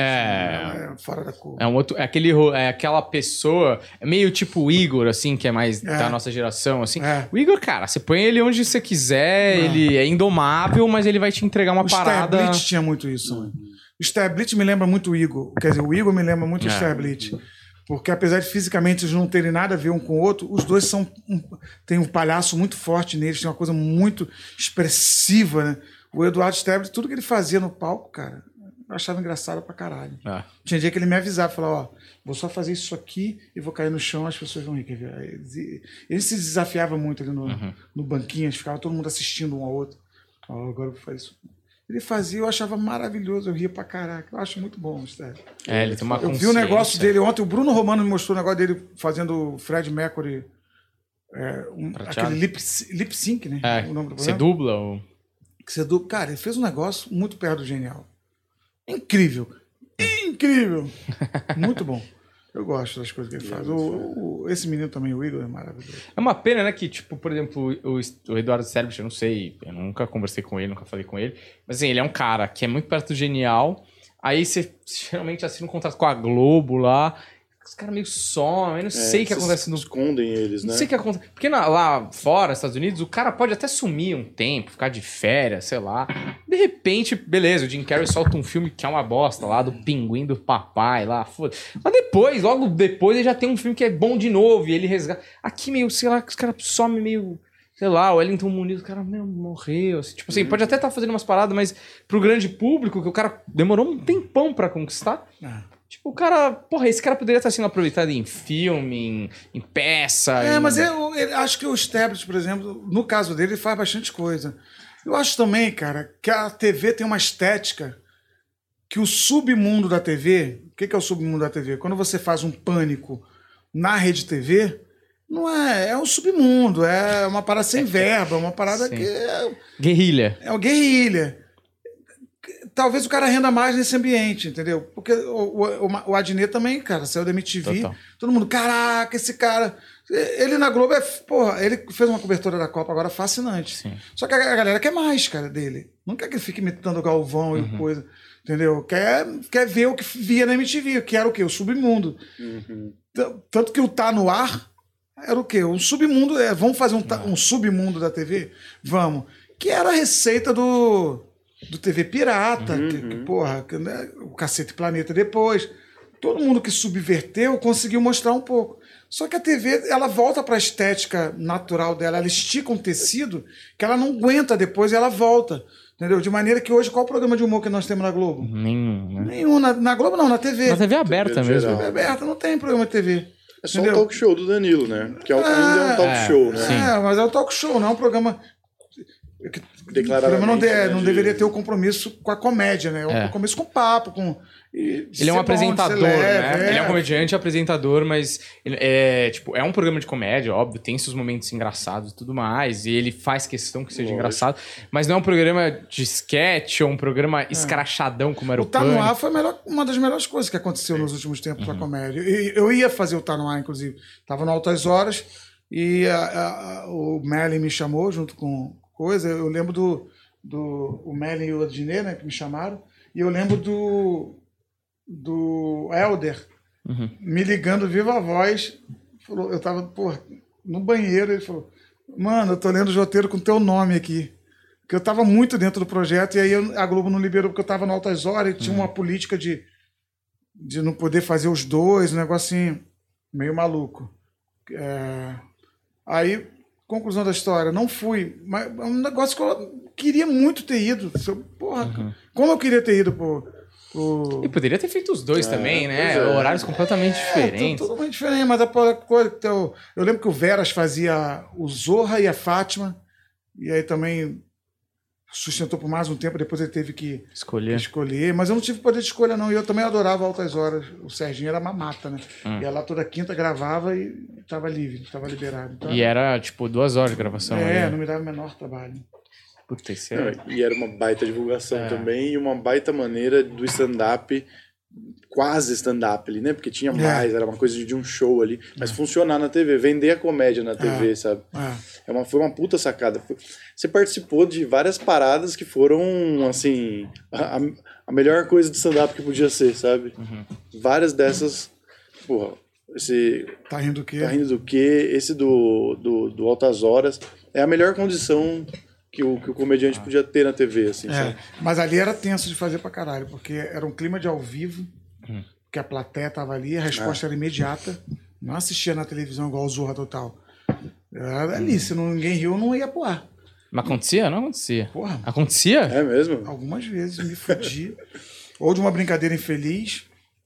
É. É fora da cor. É, um outro, é, aquele, é aquela pessoa, é meio tipo o Igor, assim, que é mais é. da nossa geração, assim. É. O Igor, cara, você põe ele onde você quiser, é. ele é indomável, mas ele vai te entregar uma o parada... O Stablitz tinha muito isso. Uhum. O Stablitz me lembra muito o Igor. Quer dizer, o Igor me lembra muito é. o Stablitz. Porque apesar de fisicamente eles não terem nada a ver um com o outro, os dois são um, tem um palhaço muito forte neles, tem uma coisa muito expressiva, né? O Eduardo Stablitz, tudo que ele fazia no palco, cara, eu achava engraçado pra caralho. Ah. Tinha dia que ele me avisava, falava, ó, vou só fazer isso aqui e vou cair no chão, as pessoas vão rir. Ele, ele se desafiava muito ali no, uhum. no banquinho, ficava todo mundo assistindo um ao outro. Ó, agora eu vou fazer isso. Ele fazia, eu achava maravilhoso, eu ria pra caraca. Eu acho muito bom o Stablitz. É, ele tem uma Eu vi o negócio dele ontem, o Bruno Romano me mostrou o negócio dele fazendo o Fred Mercury, é, um, aquele lip, lip sync, né? É, o nome do você dubla ou... Que você dubla. Cara, ele fez um negócio muito perto do genial. Incrível. Incrível. Muito bom. Eu gosto das coisas que ele faz. O, o, esse menino também, o Igor, é maravilhoso. É uma pena, né, que, tipo, por exemplo, o, o Eduardo Stablitz, eu não sei, eu nunca conversei com ele, nunca falei com ele, mas assim, ele é um cara que é muito perto do genial, aí você geralmente assina um contrato com a Globo lá, os caras meio somem, eu não é, sei o que acontece no... escondem eles, né? Não sei o que acontece. Porque na, lá fora, nos Estados Unidos, o cara pode até sumir um tempo, ficar de férias, sei lá. De repente, beleza, o Jim Carrey solta um filme que é uma bosta lá, do Pinguim do Papai lá, foda. Mas depois, logo depois, ele já tem um filme que é bom de novo e ele resgata. Aqui meio, sei lá, os caras somem meio... Sei lá, o Wellington Muniz, o cara meu, morreu. Assim, tipo assim, pode até estar tá fazendo umas paradas, mas pro grande público, que o cara demorou um tempão pra conquistar... Ah. Tipo, o cara... Porra, esse cara poderia estar sendo aproveitado em filme, em, em peça... É, em... mas eu, eu acho que o Stablitz, por exemplo, no caso dele, ele faz bastante coisa. Eu acho também, cara, que a T V tem uma estética que o submundo da T V... O que, que é o submundo da T V? Quando você faz um Pânico na Rede T V, não é... É um submundo, é uma parada sem verba, uma parada Sim. que... É, guerrilha. É uma guerrilha. Talvez o cara renda mais nesse ambiente, entendeu? Porque o, o, o Adnet também, cara, saiu da M T V, Total. Todo mundo, caraca, esse cara... Ele na Globo, é, porra, ele fez uma cobertura da Copa agora fascinante. Sim. Só que a galera quer mais, cara, dele. Não quer que ele fique imitando o Galvão Uhum. e coisa, entendeu? Quer, quer ver o que via na M T V, que era o quê? O submundo. Uhum. T- Tanto que o Tá No Ar era o quê? Um submundo, é, vamos fazer um, ta- um submundo da T V? Vamos. Que era a receita do, do T V Pirata, Uhum. que, que, porra, que, né, o Cacete Planeta depois. Todo mundo que subverteu conseguiu mostrar um pouco. Só que a T V, ela volta para a estética natural dela, ela estica um tecido que ela não aguenta depois e ela volta. Entendeu? De maneira que hoje, qual o programa de humor que nós temos na Globo? Nenhum, né? Nenhum. Na, na Globo não, na T V. Na T V aberta T V mesmo. geral. T V aberta, não tem programa de T V. É só Entendeu? o talk show do Danilo, né? Que é, um- ainda é um talk É, show, né? sim. É, mas é um talk show, não é um programa. que- O Declaradamente, programa não, de- né, não de- deveria ter o compromisso com a comédia, né? É um É. compromisso com o papo, com. e de Ele é um ser bom, de ser apresentador, leve, né? é. Ele é um comediante e apresentador, mas ele é, tipo, é um programa de comédia, óbvio, tem seus momentos engraçados e tudo mais, e ele faz questão que seja Lógico. engraçado, mas não é um programa de sketch ou um programa escrachadão como era o, O Tá No Pânico. Ar foi a melhor- uma das melhores coisas que aconteceu nos últimos tempos Uhum. pra comédia. E eu ia fazer o Tá No Ar, inclusive. Tava no Altas Horas e a- a- a- o Merlin me chamou junto com coisa. Eu lembro do, do o Merlin e o Adnet, né, que me chamaram. E eu lembro do, do Helder Uhum. me ligando viva voz. Falou, eu tava, pô, no banheiro. Ele falou, mano, eu tô lendo o roteiro com teu nome aqui. Porque eu tava muito dentro do projeto e aí eu- a Globo não liberou porque eu tava no Altas Horas e tinha uma política de, de não poder fazer os dois, um negocinho meio maluco. É, Aí, conclusão da história, não fui. Mas é um negócio que eu queria muito ter ido. Se eu- Porra, como eu queria ter ido pro... pro... E poderia ter feito os dois É, também, né? pois é. Horários completamente É, diferentes. tudo totalmente diferente, mas a porra- coisa que eu, eu lembro que o Veras fazia o Zorra e a Fátima, e aí também sustentou por mais um tempo, depois ele teve que Escolher. escolher, mas eu não tive poder de escolha não, e eu também adorava Altas Horas, o Serginho era mamata, né? Hum. Ia lá toda quinta, gravava e tava livre, tava liberado. Então, E era, tipo, duas horas de gravação. é, aí. não me dava o menor trabalho. Puta, isso Não, é... e era uma baita divulgação É. também, e uma baita maneira do stand-up, quase stand-up ali, né? Porque tinha mais, era uma coisa de um show ali, mas funcionar na T V, vender a comédia na T V, É. sabe? É. É uma, foi uma puta sacada. Foi- Você participou de várias paradas que foram, assim, a, a melhor coisa de stand-up que podia ser, sabe? Várias dessas, porra, esse Tá rindo o quê? Tá rindo do quê? Esse do, do, do Altas Horas é a melhor condição que o, que o comediante podia ter na T V, assim, É, sabe? mas ali era tenso de fazer pra caralho, porque era um clima de ao vivo, que a plateia tava ali, a resposta era imediata. Não assistia na televisão igual o Zorra Total. Era ali, se não, ninguém riu, não ia pro ar. Mas acontecia? Não acontecia. Porra, Acontecia? É mesmo? algumas vezes me fudi. Ou de uma brincadeira infeliz,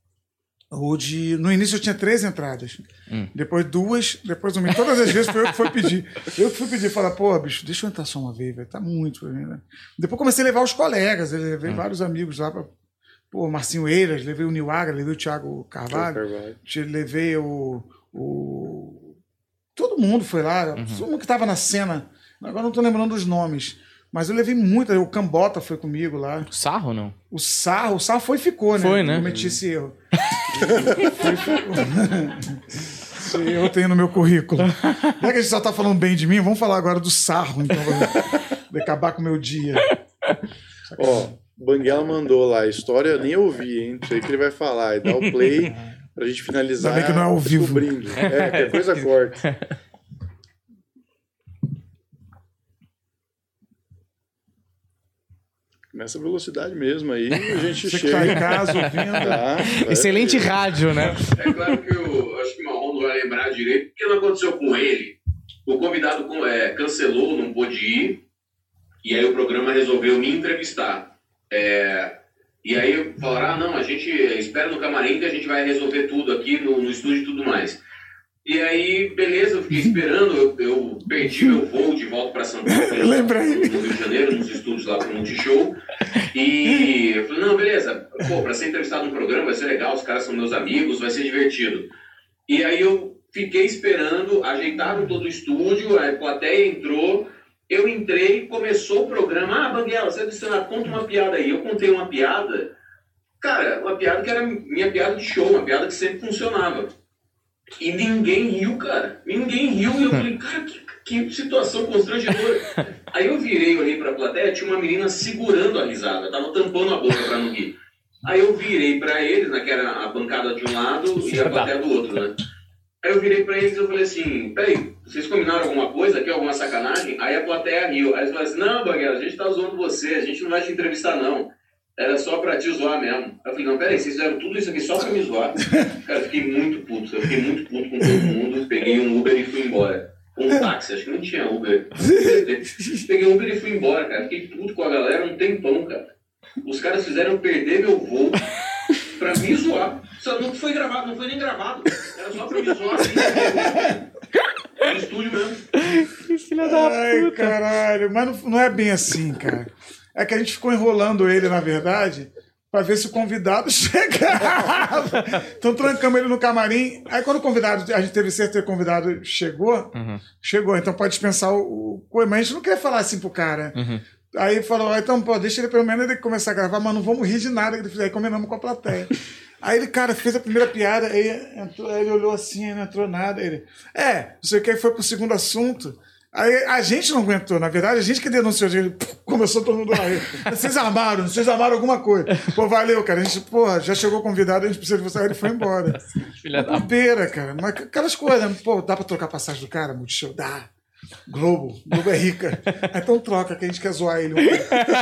ou de... No início eu tinha três entradas. Depois duas, depois uma. E todas as vezes foi eu que fui pedir. Eu que fui pedir, falar, pô, bicho, deixa eu entrar só uma vez, velho. Tá muito pra mim, né? Depois comecei a levar os colegas, eu levei vários amigos lá pra... Pô, Marcinho Eiras, levei o Nilaga, levei o Thiago Carvalho, Carvalho. te- levei o, o... Todo mundo foi lá, todo mundo que tava na cena. Agora não tô lembrando dos nomes. Mas eu levei muito, o Cambota foi comigo lá. Sarro, não? O Sarro, o Sarro foi e ficou, né? Foi, né? Eu cometi esse erro. Foi e ficou. Esse erro eu tenho no meu currículo. Já que a gente só tá falando bem de mim, vamos falar agora do Sarro, então, pra acabar com o meu dia. Ó, Banguela mandou lá, a história eu nem ouvi, hein? Não sei o que ele vai falar. E dá o play pra gente finalizar. Ainda bem que não é ao vivo. descobrindo. É, qualquer coisa corta. Nessa velocidade mesmo aí, a gente Você que tá em chega. casa ouvindo. Tá, vai. Excelente rádio, né? É claro que eu acho que o Marrom não vai lembrar direito, porque não aconteceu com ele. O convidado com- é, cancelou, não pôde ir, e aí o programa resolveu me entrevistar. É, e aí falaram, ah, não, a gente espera no camarim que a gente vai resolver tudo aqui no, no estúdio e tudo mais. E aí, beleza, eu fiquei esperando, eu, eu perdi meu voo de volta para São Paulo, Eu lembrei. no Rio de Janeiro, nos estúdios lá para o Multishow. E eu falei, não, beleza, pô, para ser entrevistado no programa vai ser legal, os caras são meus amigos, vai ser divertido. E aí eu fiquei esperando, ajeitaram todo o estúdio, a plateia entrou, eu entrei, começou o programa, ah, Banguela, você é do stand-up, conta uma piada aí. Eu contei uma piada, cara, uma piada que era minha piada de show, uma piada que sempre funcionava. E ninguém riu, cara. Ninguém riu. E eu falei, cara, que, que situação constrangedora. Aí eu virei, olhei pra plateia, tinha uma menina segurando a risada. Tava tampando a boca pra não rir. Aí eu virei pra eles, né, que era a bancada de um lado e a plateia do outro, né? Aí eu virei pra eles e eu falei assim, peraí, vocês combinaram alguma coisa aqui, alguma sacanagem? Aí a plateia riu. Aí eles falaram assim, não, Banguela, a gente tá zoando você, a gente não vai te entrevistar, não. Era só pra te zoar mesmo. Aí eu falei, não, peraí, vocês fizeram tudo isso aqui só pra me zoar? Cara, eu fiquei muito puto, eu fiquei muito puto com todo mundo, peguei um Uber e fui embora. Um táxi, acho que não tinha Uber. Peguei um Uber e fui embora, cara. Fiquei puto com a galera um tempão, cara. Os caras fizeram eu perder meu voo pra me zoar. Só não foi gravado, não foi nem gravado. Era só pra me zoar assim. No estúdio mesmo. Que filha da Ai, puta. caralho. Mas não, não é bem assim, cara. É que a gente ficou enrolando ele, na verdade, pra ver se o convidado chegava. Então trancamos ele no camarim. Aí quando o convidado, a gente teve certeza que o convidado chegou, Uhum. chegou. Então pode dispensar o, o... Mas a gente não quer falar assim pro cara. Uhum. Aí falou, então, pô, deixa ele pelo menos ele começar a gravar, mas não vamos rir de nada que ele fizer. Aí combinamos com a plateia. Aí ele, cara, fez a primeira piada, aí, entrou, aí ele olhou assim, aí não entrou nada. Aí ele, é, não sei o que, aí foi pro segundo assunto. Aí a gente não aguentou, na verdade, a gente que denunciou, ele começou todo mundo a vocês armaram, vocês armaram alguma coisa. Pô, valeu, cara, a gente, porra, já chegou convidado, a gente precisa de você, aí ele foi embora. Filha da Bobeira, cara, mas aquelas coisas, pô, dá pra trocar passagem do cara, Multishow? Dá. Globo, Globo é rica. Então troca, que a gente quer zoar ele. É,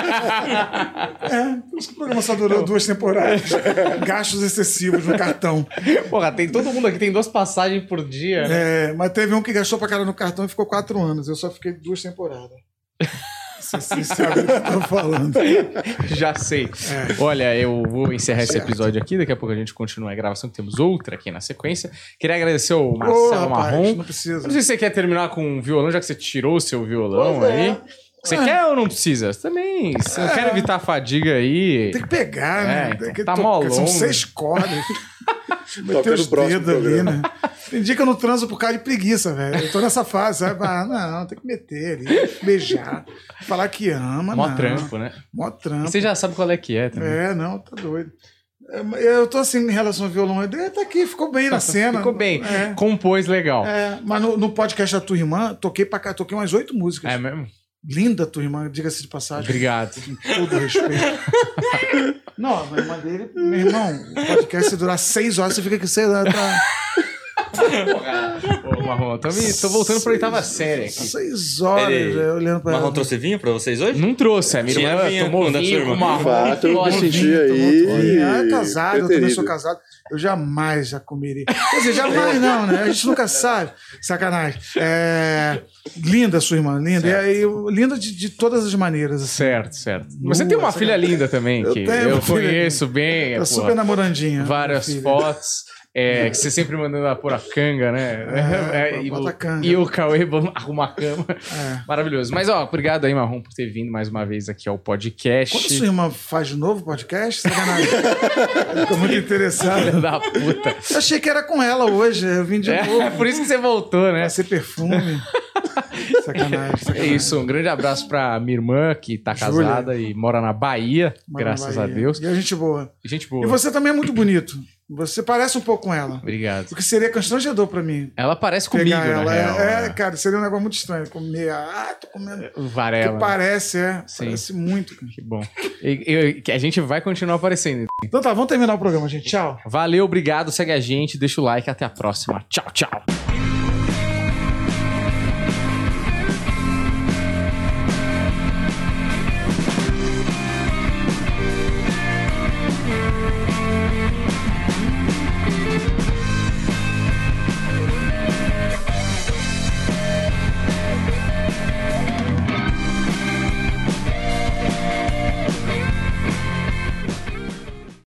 por isso que o programa só durou duas temporadas. Gastos excessivos no cartão. Porra, tem todo mundo aqui, tem duas passagens por dia. É, mas teve um que gastou pra cara no cartão e ficou quatro anos. Eu só fiquei duas temporadas. Vocês sabem do que eu tô falando. Já sei. É. Olha, eu vou encerrar esse Certo. episódio aqui. Daqui a pouco a gente continua a gravação, que temos outra aqui na sequência. Queria agradecer ao Ô, Marcelo rapaz, Marrom. não precisa. Não sei se você quer terminar com um violão, já que você tirou o seu violão Pois é. aí. Você É. quer ou não precisa? Também, se não quer evitar a fadiga aí... Tem que pegar, É, né? então Tem que tá tocar. molongo. São seis cordas. Meter Toca os no próximo dedos ali, programa. né? Tem dia que eu não transo por causa de preguiça, velho. Eu tô nessa fase, sabe? Ah, não, tem que meter ali, beijar, falar que ama, Mó não. trampo, né? Mó E trampo. você já sabe qual é que é também. É, não, tá doido. É, Eu tô assim em relação ao violão. Ele tá aqui, ficou bem na cena. Ficou bem. É. Compôs legal. É, mas no, no podcast da tua irmã, toquei pra cá, toquei umas oito músicas. É mesmo? Linda tua irmã, diga-se de passagem. Obrigado. Com todo respeito. Não, a irmã dele, meu irmão, o podcast se durar seis horas, você fica aqui seis horas. Tá... Ô, Marrom, tô, me- tô voltando pra oitava série aqui. Seis horas, Ele- velho, olhando pra Marrom ela. trouxe vinho pra vocês hoje? Não trouxe, a minha Tinha irmã vinho tomou com da vinho sua com irmã. Marrom. Vá, tu Pode. me senti Vinho, aí. tomou vinho. Ah, é casado, eu também preterido. sou casado. Eu jamais já comeria. Quer dizer, jamais não, né? A gente nunca sabe. Sacanagem. É... Linda sua irmã, linda. E aí, linda de, de todas as maneiras. Assim. Certo, certo. Você tem uma Nossa, filha cara. linda também, Eu que tenho eu uma filha conheço bem. Tá pô, super namorandinha. várias minha filha. fotos. É, que você sempre mandando ela pôr a canga, né? É, e, bota o, a canga. e o Cauê arruma a cama. É. Maravilhoso. Mas, ó, obrigado aí, Marrom, por ter vindo mais uma vez aqui ao podcast. Quando sua irmã faz de novo podcast, sacanagem. Ficou muito Filha interessado. da puta. Eu achei que era com ela hoje. Eu vim de É, novo. é por isso que você voltou, né? Vai ser perfume. Sacanagem, É sacanagem. isso, um grande abraço pra minha irmã, que tá Júlia. casada e mora na Bahia, Mano, graças Bahia. a Deus. E a gente boa. Gente boa. E você também é muito bonito. Você parece um pouco com ela. Obrigado. O que seria constrangedor pra mim. Ela parece comigo, Pegar ela. na real. é, né? é, cara, seria um negócio muito estranho. Comer. Ah, tô comendo. O Que Varela. parece, é. Sim. Parece muito. cara. Que bom. E, e- que a gente vai continuar aparecendo. Então tá, vamos terminar o programa, gente. Tchau. Valeu, obrigado, segue a gente, deixa o like, até a próxima. Tchau, tchau.